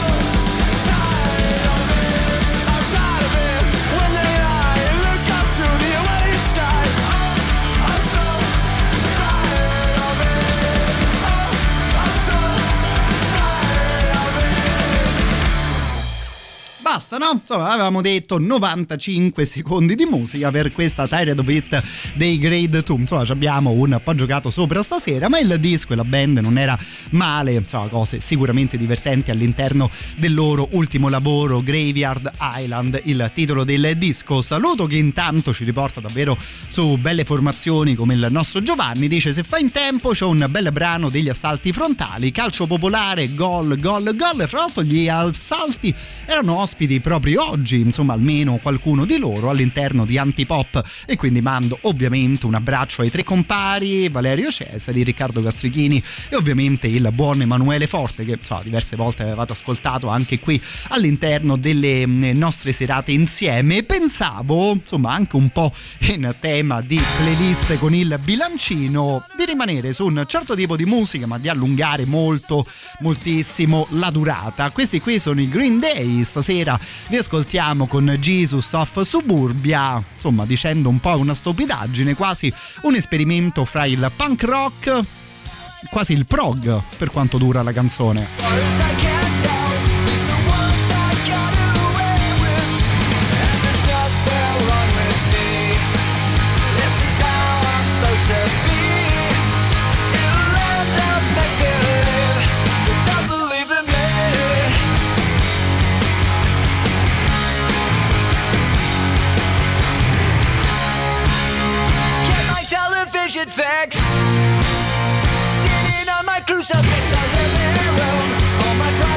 tired of it. I'm tired of it when they lie and look up to the Orwellian sky. Oh, I'm so tired of it. Oh, I'm so tired of it. basta, no? Insomma, avevamo detto 95 secondi di musica per questa Tired of It dei Grade 2. Insomma, ci abbiamo un po' giocato sopra stasera, ma il disco e la band non era male, insomma, cose sicuramente divertenti all'interno del loro ultimo lavoro, Graveyard Island, il titolo del disco. Saluto che intanto ci riporta davvero su belle formazioni come il nostro Giovanni. Dice: se fa in tempo c'è un bel brano degli Assalti Frontali, calcio popolare, gol. Fra l'altro gli Assalti erano ospiti proprio oggi, insomma almeno qualcuno di loro all'interno di Antipop, e quindi mando ovviamente un abbraccio ai tre compari, Valerio Cesari, Riccardo Castrichini e ovviamente il buon Emanuele Forte, che diverse volte avevate ascoltato anche qui all'interno delle nostre serate insieme. Pensavo, insomma, anche un po' in tema di playlist con il bilancino, di rimanere su un certo tipo di musica ma di allungare moltissimo la durata. Questi qui sono i Green Day, stasera li ascoltiamo con Jesus of Suburbia, insomma dicendo un po' una stupidaggine, quasi un esperimento fra il punk rock, quasi il prog per quanto dura la canzone. Fix sitting on my crucifix, I live in a room. All my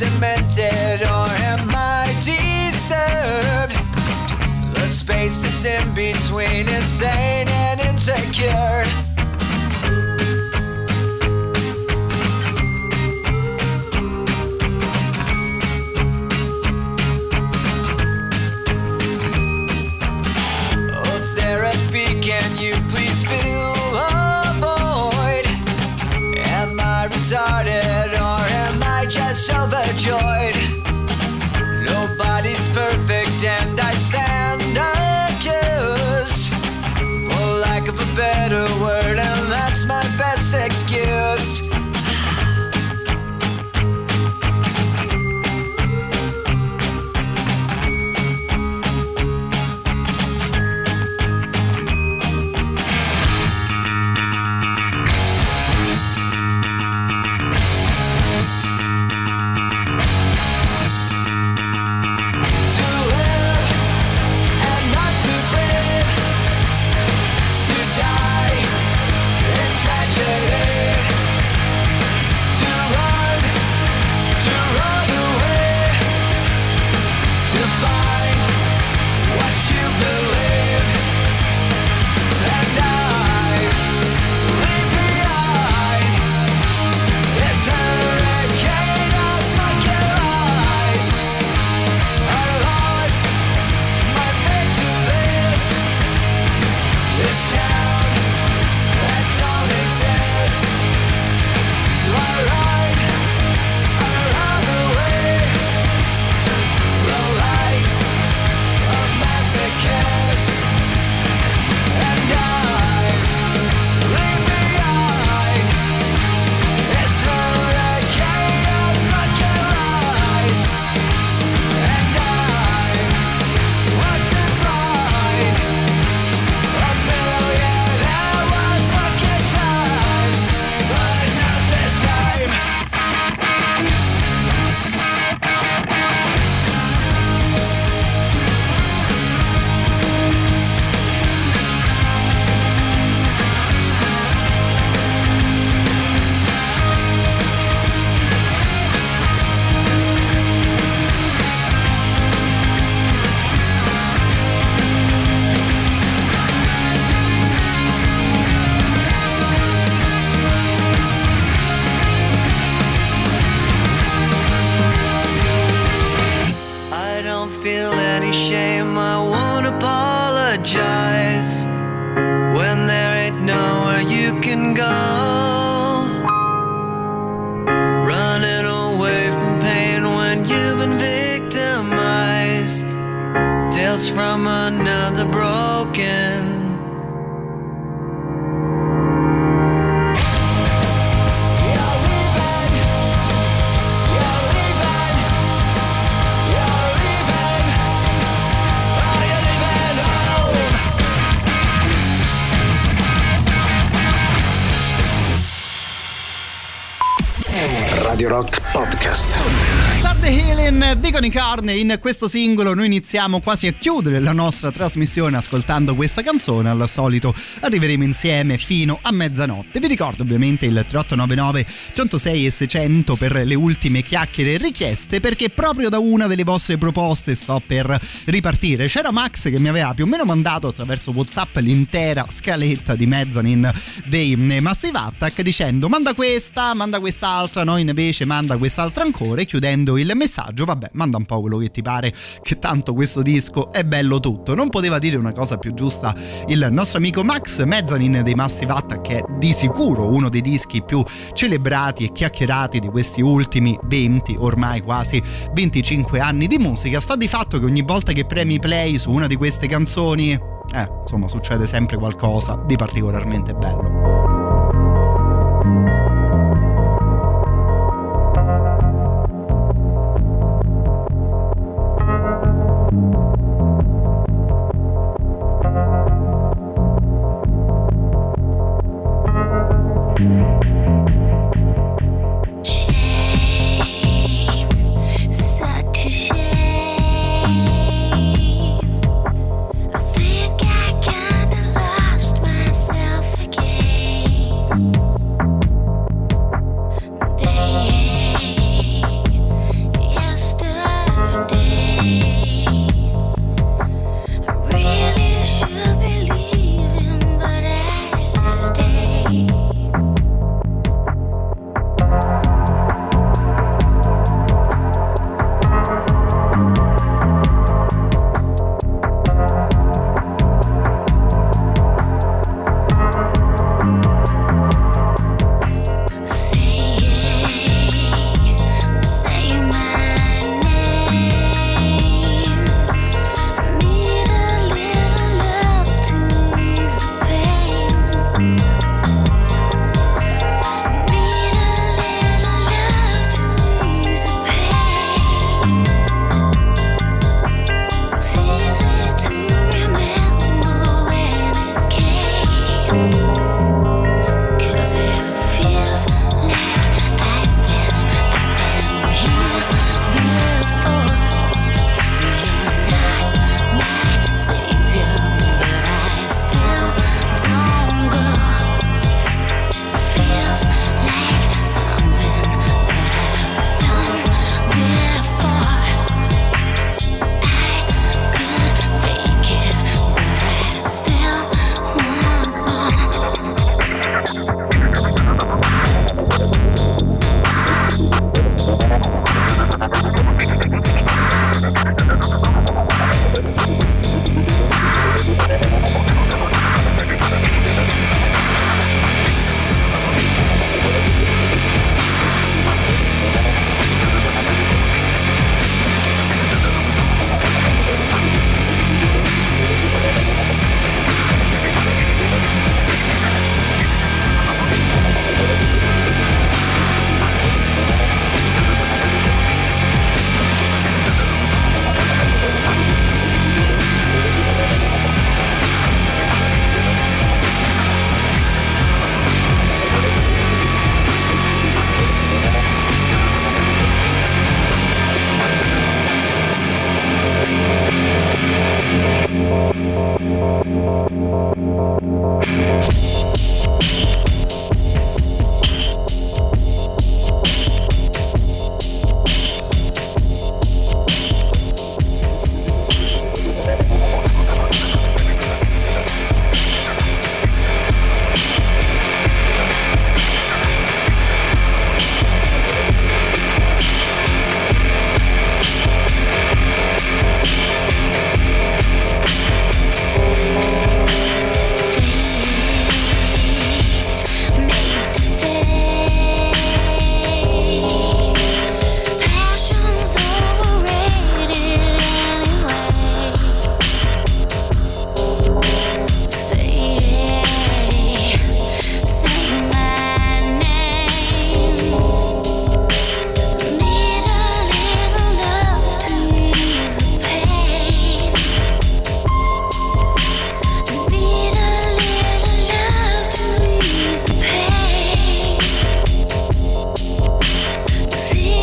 cemented or am I disturbed? The space that's in between insane and insecure. Oh, therapy, can you please fill the void? Am I retarded or am I just overjoyed? Nobody's perfect and I stand accused, for lack of a better word, and that's my best excuse. From another broken. Radio Rock Podcast. Start the Healing di Connie Carney. In questo singolo noi iniziamo quasi a chiudere la nostra trasmissione ascoltando questa canzone. Al solito arriveremo insieme fino a mezzanotte. Vi ricordo ovviamente il 3899 106 e 600 per le ultime chiacchiere e richieste, perché proprio da una delle vostre proposte sto per ripartire. C'era Max che mi aveva più o meno mandato attraverso WhatsApp l'intera scaletta di Mezzanine dei Massive Attack dicendo manda quest'altra, no invece manda quest'altra ancora, e chiudendo il messaggio vabbè manda un po' quello che ti pare, che tanto questo disco è bello tutto. Non poteva dire una cosa più giusta il nostro amico Max. Mezzanine dei Massive Attack che è di sicuro uno dei dischi più celebrati e chiacchierati di questi ultimi 20 ormai quasi 25 anni di musica. Sta di fatto che ogni volta che premi play su una di queste canzoni insomma succede sempre qualcosa di particolarmente bello. I think I kinda lost myself again.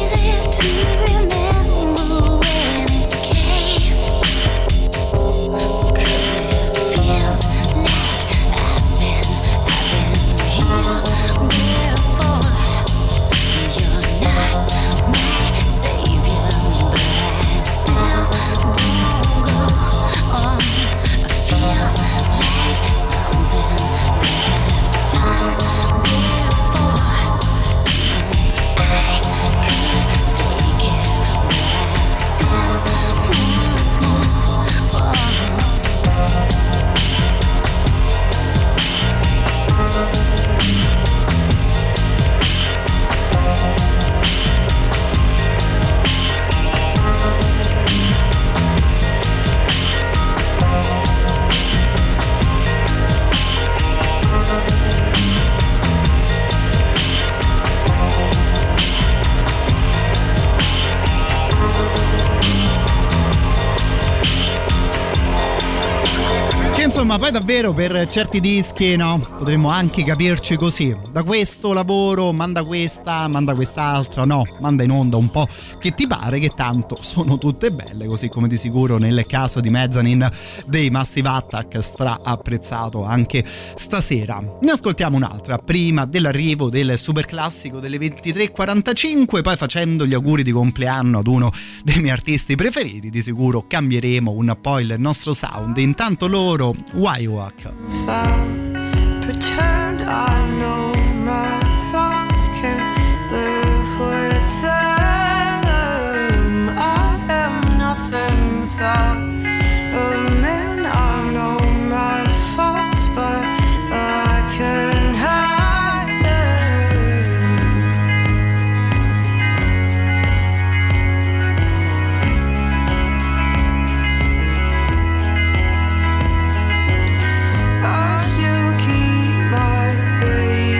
Insomma, poi davvero per certi dischi, no, potremmo anche capirci così: da questo lavoro manda questa, manda quest'altra, no, manda in onda un po' che ti pare, che tanto sono tutte belle, così come di sicuro nel caso di Mezzanine dei Massive Attack, stra apprezzato anche stasera. Ne ascoltiamo un'altra prima dell'arrivo del super classico delle 23:45, poi facendo gli auguri di compleanno ad uno dei miei artisti preferiti. Di sicuro cambieremo un po' il nostro sound. Intanto loro, Why Walk. Pretend I know my thoughts can't live with them. I am nothing without a man. I know my faults, but I can hide them. I still keep my baby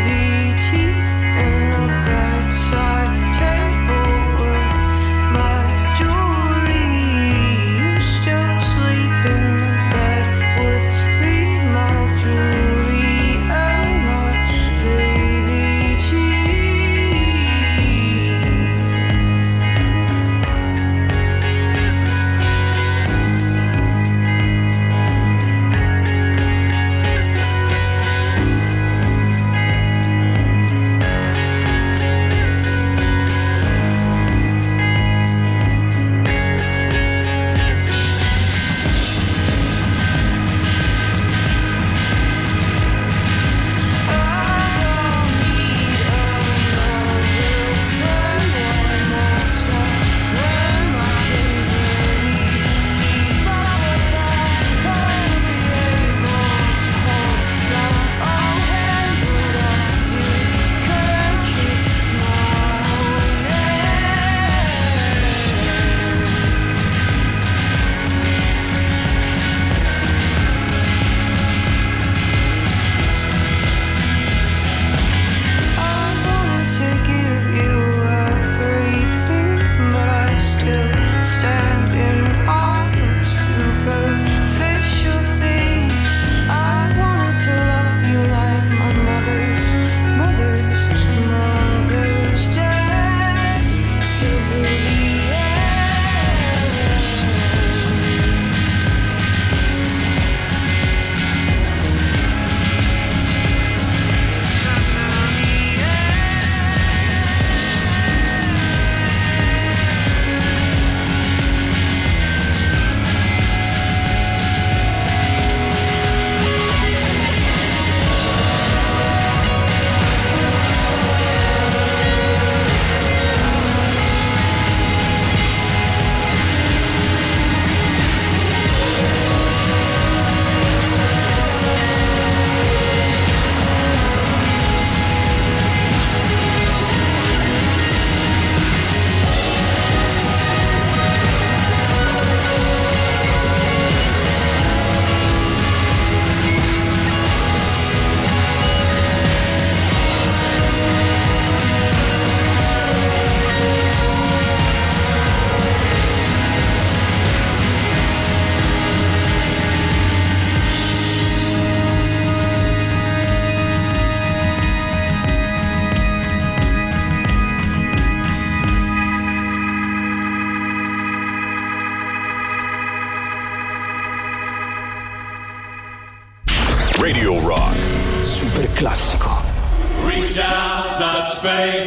Radio Rock. Super classico. Reach out, touch faith.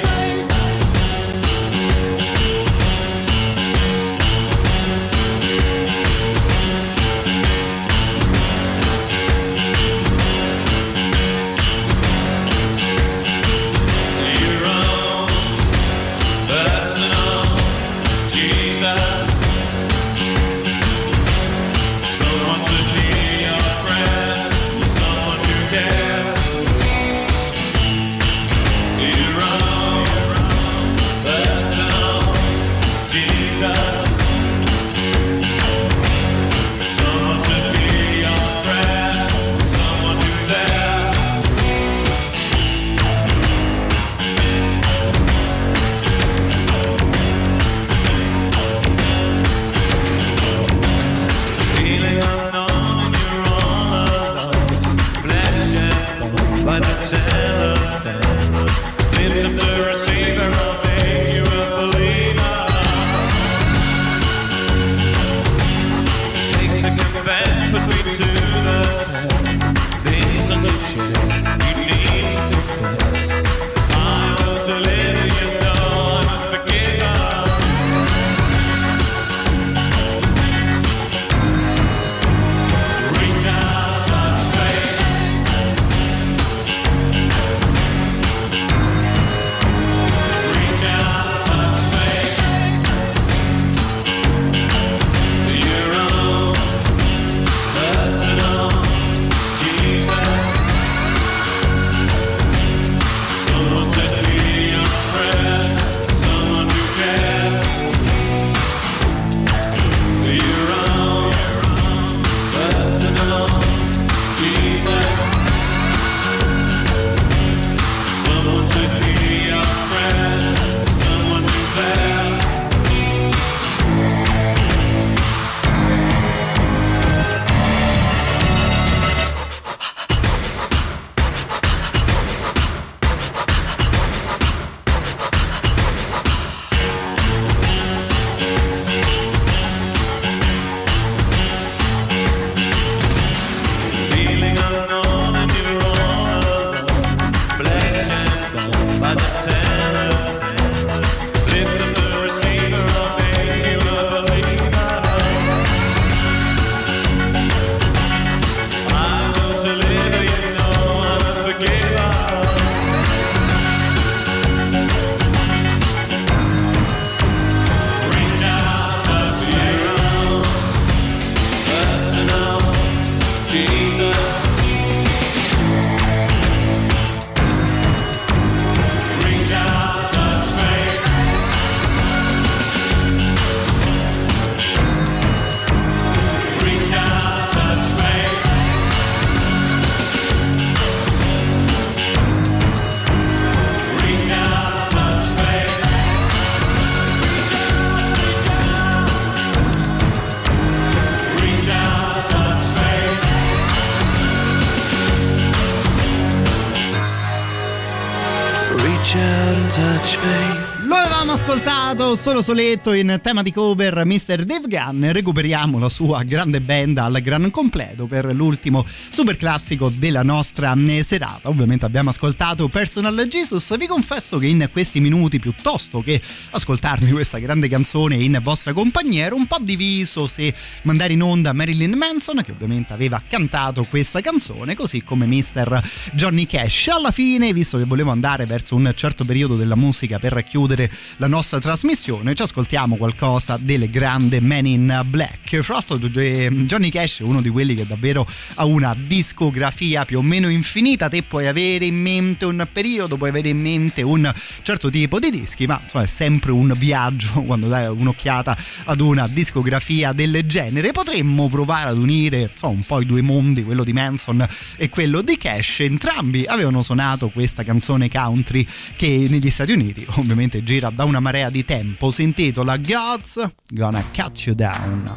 Lo avevamo ascoltato solo soletto in tema di cover Mr. Dave Gunn. Recuperiamo la sua grande band al gran completo per l'ultimo super classico della nostra serata. Ovviamente abbiamo ascoltato Personal Jesus. Vi confesso che in questi minuti, piuttosto che ascoltarmi questa grande canzone in vostra compagnia, ero un po' diviso se mandare in onda Marilyn Manson, che ovviamente aveva cantato questa canzone, così come Mr. Johnny Cash. Alla fine, visto che volevo andare verso un certo periodo della musica per chiudere la nostra trasmissione, ci ascoltiamo qualcosa del grande Man in Black. Fra l'altro Johnny Cash è uno di quelli che davvero ha una discografia più o meno infinita. Te puoi avere in mente un periodo, puoi avere in mente un certo tipo di dischi, ma insomma è sempre un viaggio quando dai un'occhiata ad una discografia del genere. Potremmo provare ad unire un po' i due mondi, quello di Manson e quello di Cash. Entrambi avevano suonato questa canzone country che negli Stati Uniti ovviamente gira da una marea di tempo. Si intitola God's Gonna Cut You Down.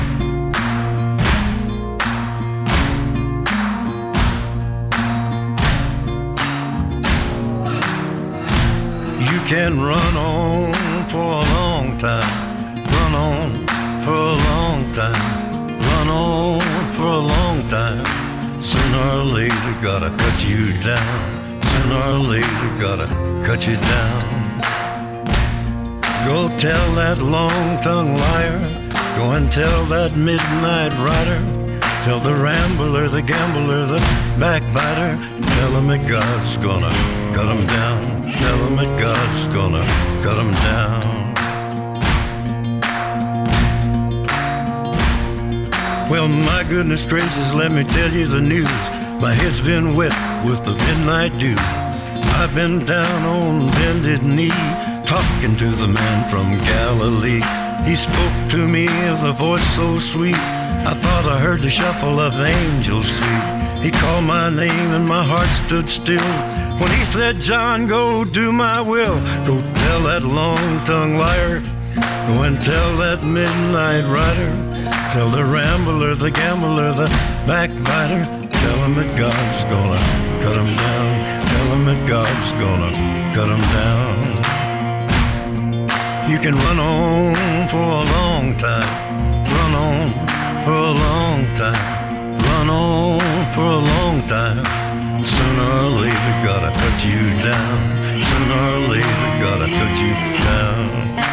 You can run on for a long time, run on for a long time, run on for a long time. Sooner or or later gotta cut you down. Sooner or later gotta cut you down. Go tell that long-tongued liar, go and tell that midnight rider, tell the rambler, the gambler, the backbiter, tell him that God's gonna cut him down. Tell him that God's gonna cut him down. Well, my goodness gracious, let me tell you the news. My head's been wet with the midnight dew. I've been down on bended knee, talking to the man from Galilee. He spoke to me with a voice so sweet, I thought I heard the shuffle of angels sweet. He called my name and my heart stood still when he said, John, go do my will. Go tell that long-tongued liar, go and tell that midnight rider, tell the rambler, the gambler, the backbiter, tell him that God's gonna cut him down. Tell him that God's gonna cut him down. You can run on for a long time, run on for a long time, run on for a long time. Sooner or later gotta cut you down. Sooner or later gotta cut you down.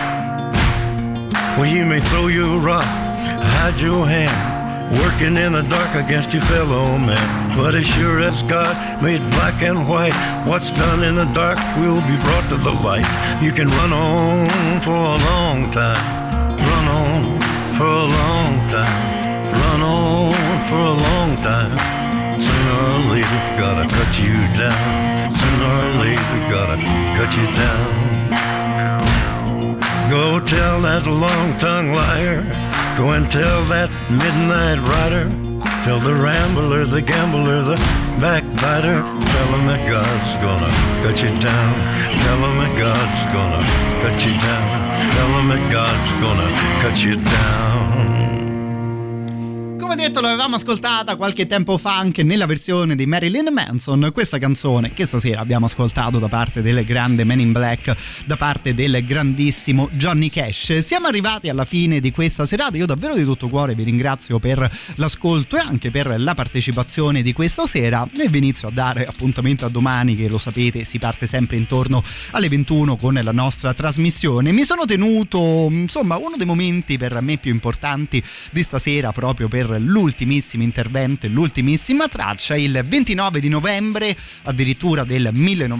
Well, you may throw your rock, hide your hand, working in the dark against your fellow man, but as sure as God made black and white, what's done in the dark will be brought to the light. You can run on for a long time, run on for a long time, run on for a long time. Sooner or later gotta cut you down. Sooner or later gotta cut you down. Go tell that long-tongued liar, go and tell that midnight rider, tell the rambler, the gambler, the backbiter, tell him that God's gonna cut you down. Tell him that God's gonna cut you down. Tell him that God's gonna cut you down. Come detto, l'avevamo ascoltata qualche tempo fa anche nella versione di Marilyn Manson, questa canzone che stasera abbiamo ascoltato da parte del grande Man in Black, da parte del grandissimo Johnny Cash. Siamo arrivati alla fine di questa serata, io davvero di tutto cuore vi ringrazio per l'ascolto e anche per la partecipazione di questa sera e vi inizio a dare appuntamento a domani, che lo sapete si parte sempre intorno alle 21 con la nostra trasmissione. Mi sono tenuto insomma uno dei momenti per me più importanti di stasera proprio per l'ultimissimo intervento e l'ultimissima traccia. Il 29 di novembre addirittura del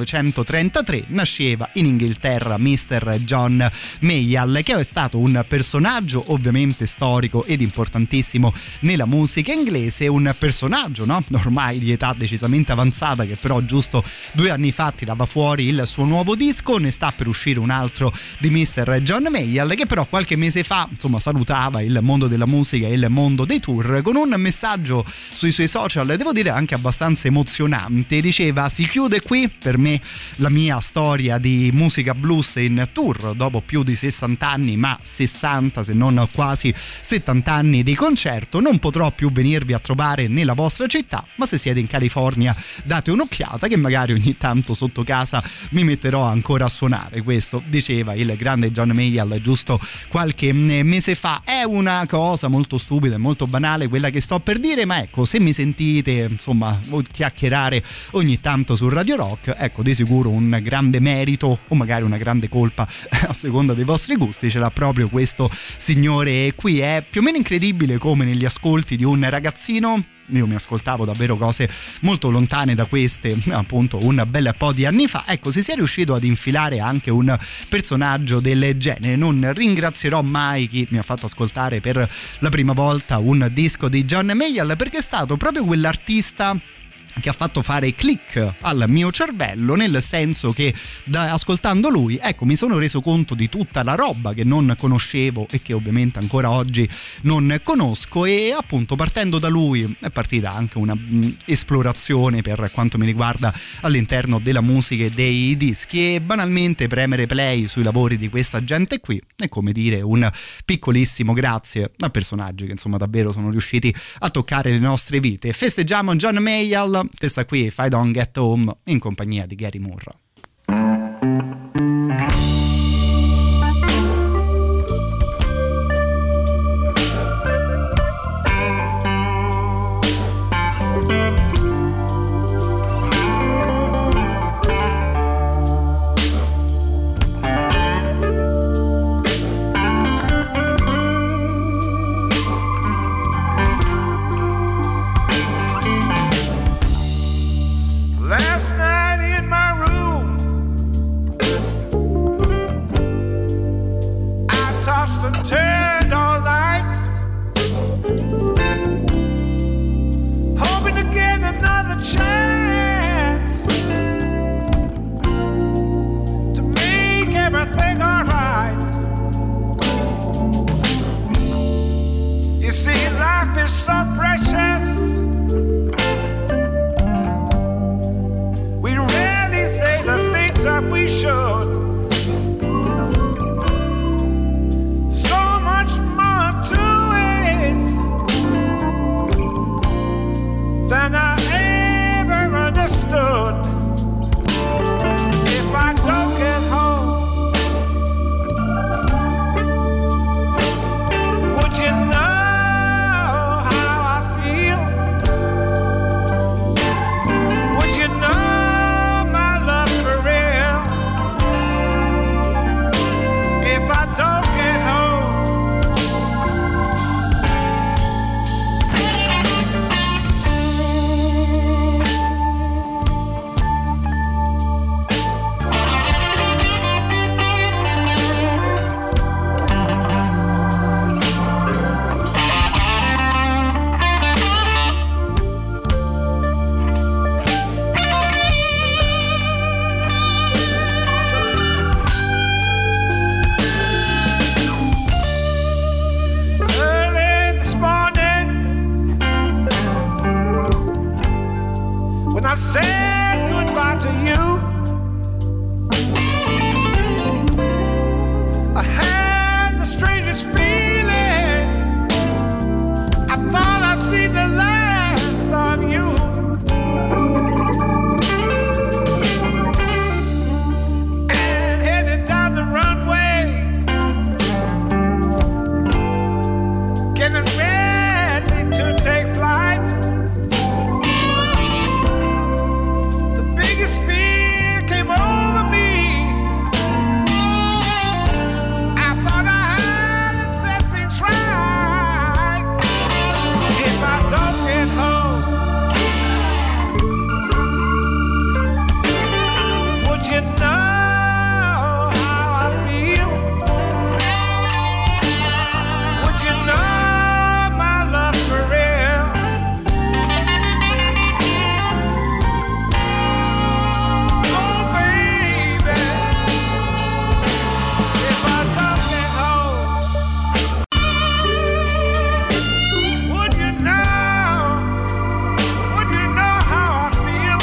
1933 nasceva in Inghilterra Mr. John Mayall, che è stato un personaggio ovviamente storico ed importantissimo nella musica inglese, un personaggio ormai di età decisamente avanzata, che però giusto 2 anni fa tirava fuori il suo nuovo disco. Ne sta per uscire un altro di Mr. John Mayall, che però qualche mese fa salutava il mondo della musica e il mondo dei tour con un messaggio sui suoi social, devo dire anche abbastanza emozionante. Diceva: si chiude qui per me la mia storia di musica blues in tour dopo più di 60 anni, ma 60 se non quasi 70 anni di concerto. Non potrò più venirvi a trovare nella vostra città, ma se siete in California date un'occhiata, che magari ogni tanto sotto casa mi metterò ancora a suonare. Questo diceva il grande John Mayall giusto qualche mese fa. È una cosa molto stupida e molto banale quella che sto per dire, ma ecco, se mi sentite chiacchierare ogni tanto su Radio Rock, ecco, di sicuro un grande merito o magari una grande colpa a seconda dei vostri gusti ce l'ha proprio questo signore qui. È più o meno incredibile come negli ascolti di un ragazzino, io mi ascoltavo davvero cose molto lontane da queste appunto un bel po' di anni fa, ecco, si sia riuscito ad infilare anche un personaggio del genere. Non ringrazierò mai chi mi ha fatto ascoltare per la prima volta un disco di John Mayall, perché è stato proprio quell'artista che ha fatto fare click al mio cervello, nel senso che ascoltando lui, ecco, mi sono reso conto di tutta la roba che non conoscevo e che ovviamente ancora oggi non conosco, e appunto partendo da lui è partita anche una esplorazione per quanto mi riguarda all'interno della musica e dei dischi, e banalmente premere play sui lavori di questa gente qui è come dire un piccolissimo grazie a personaggi che davvero sono riusciti a toccare le nostre vite. Festeggiamo John Mayall. Questa qui è If I Don't Get Home in compagnia di Gary Moore. tossed and turned all night, hoping to get another chance to make everything alright. You see, life is so precious, we rarely say the things that we should. So much more to it than I ever understood. If I don't get home, would you know how I feel? Would you know my love for real? If I don't get home, early this morning, when I said goodbye to you, I had the strangest feeling. I thought I'd seen the last of you. And headed down the runway, getting ready to take flight. The biggest fear came over me. I thought I hadn't set things right. If I don't get home, would you know how I feel? Would you know my love for real? Oh baby, if I don't get home, would you know how I feel?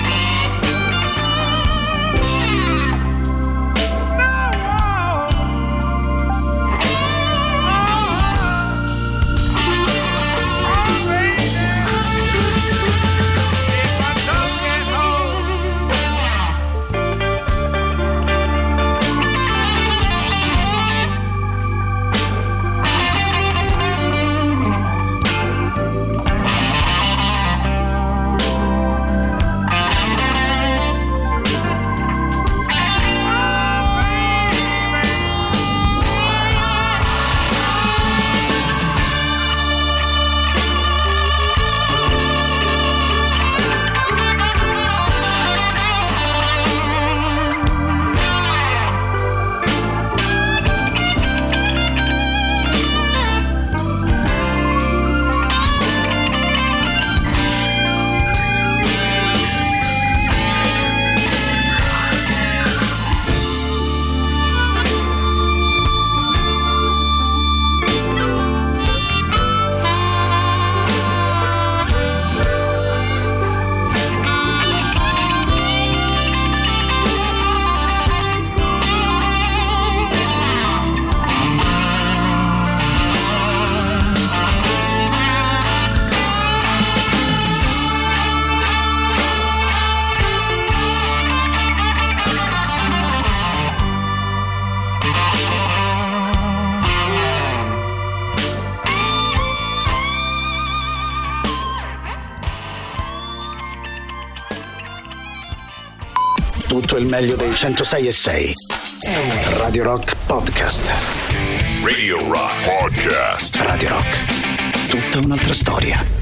Tutto il meglio dei 106.6. Radio Rock Podcast. Radio Rock Podcast. Radio Rock. Tutta un'altra storia.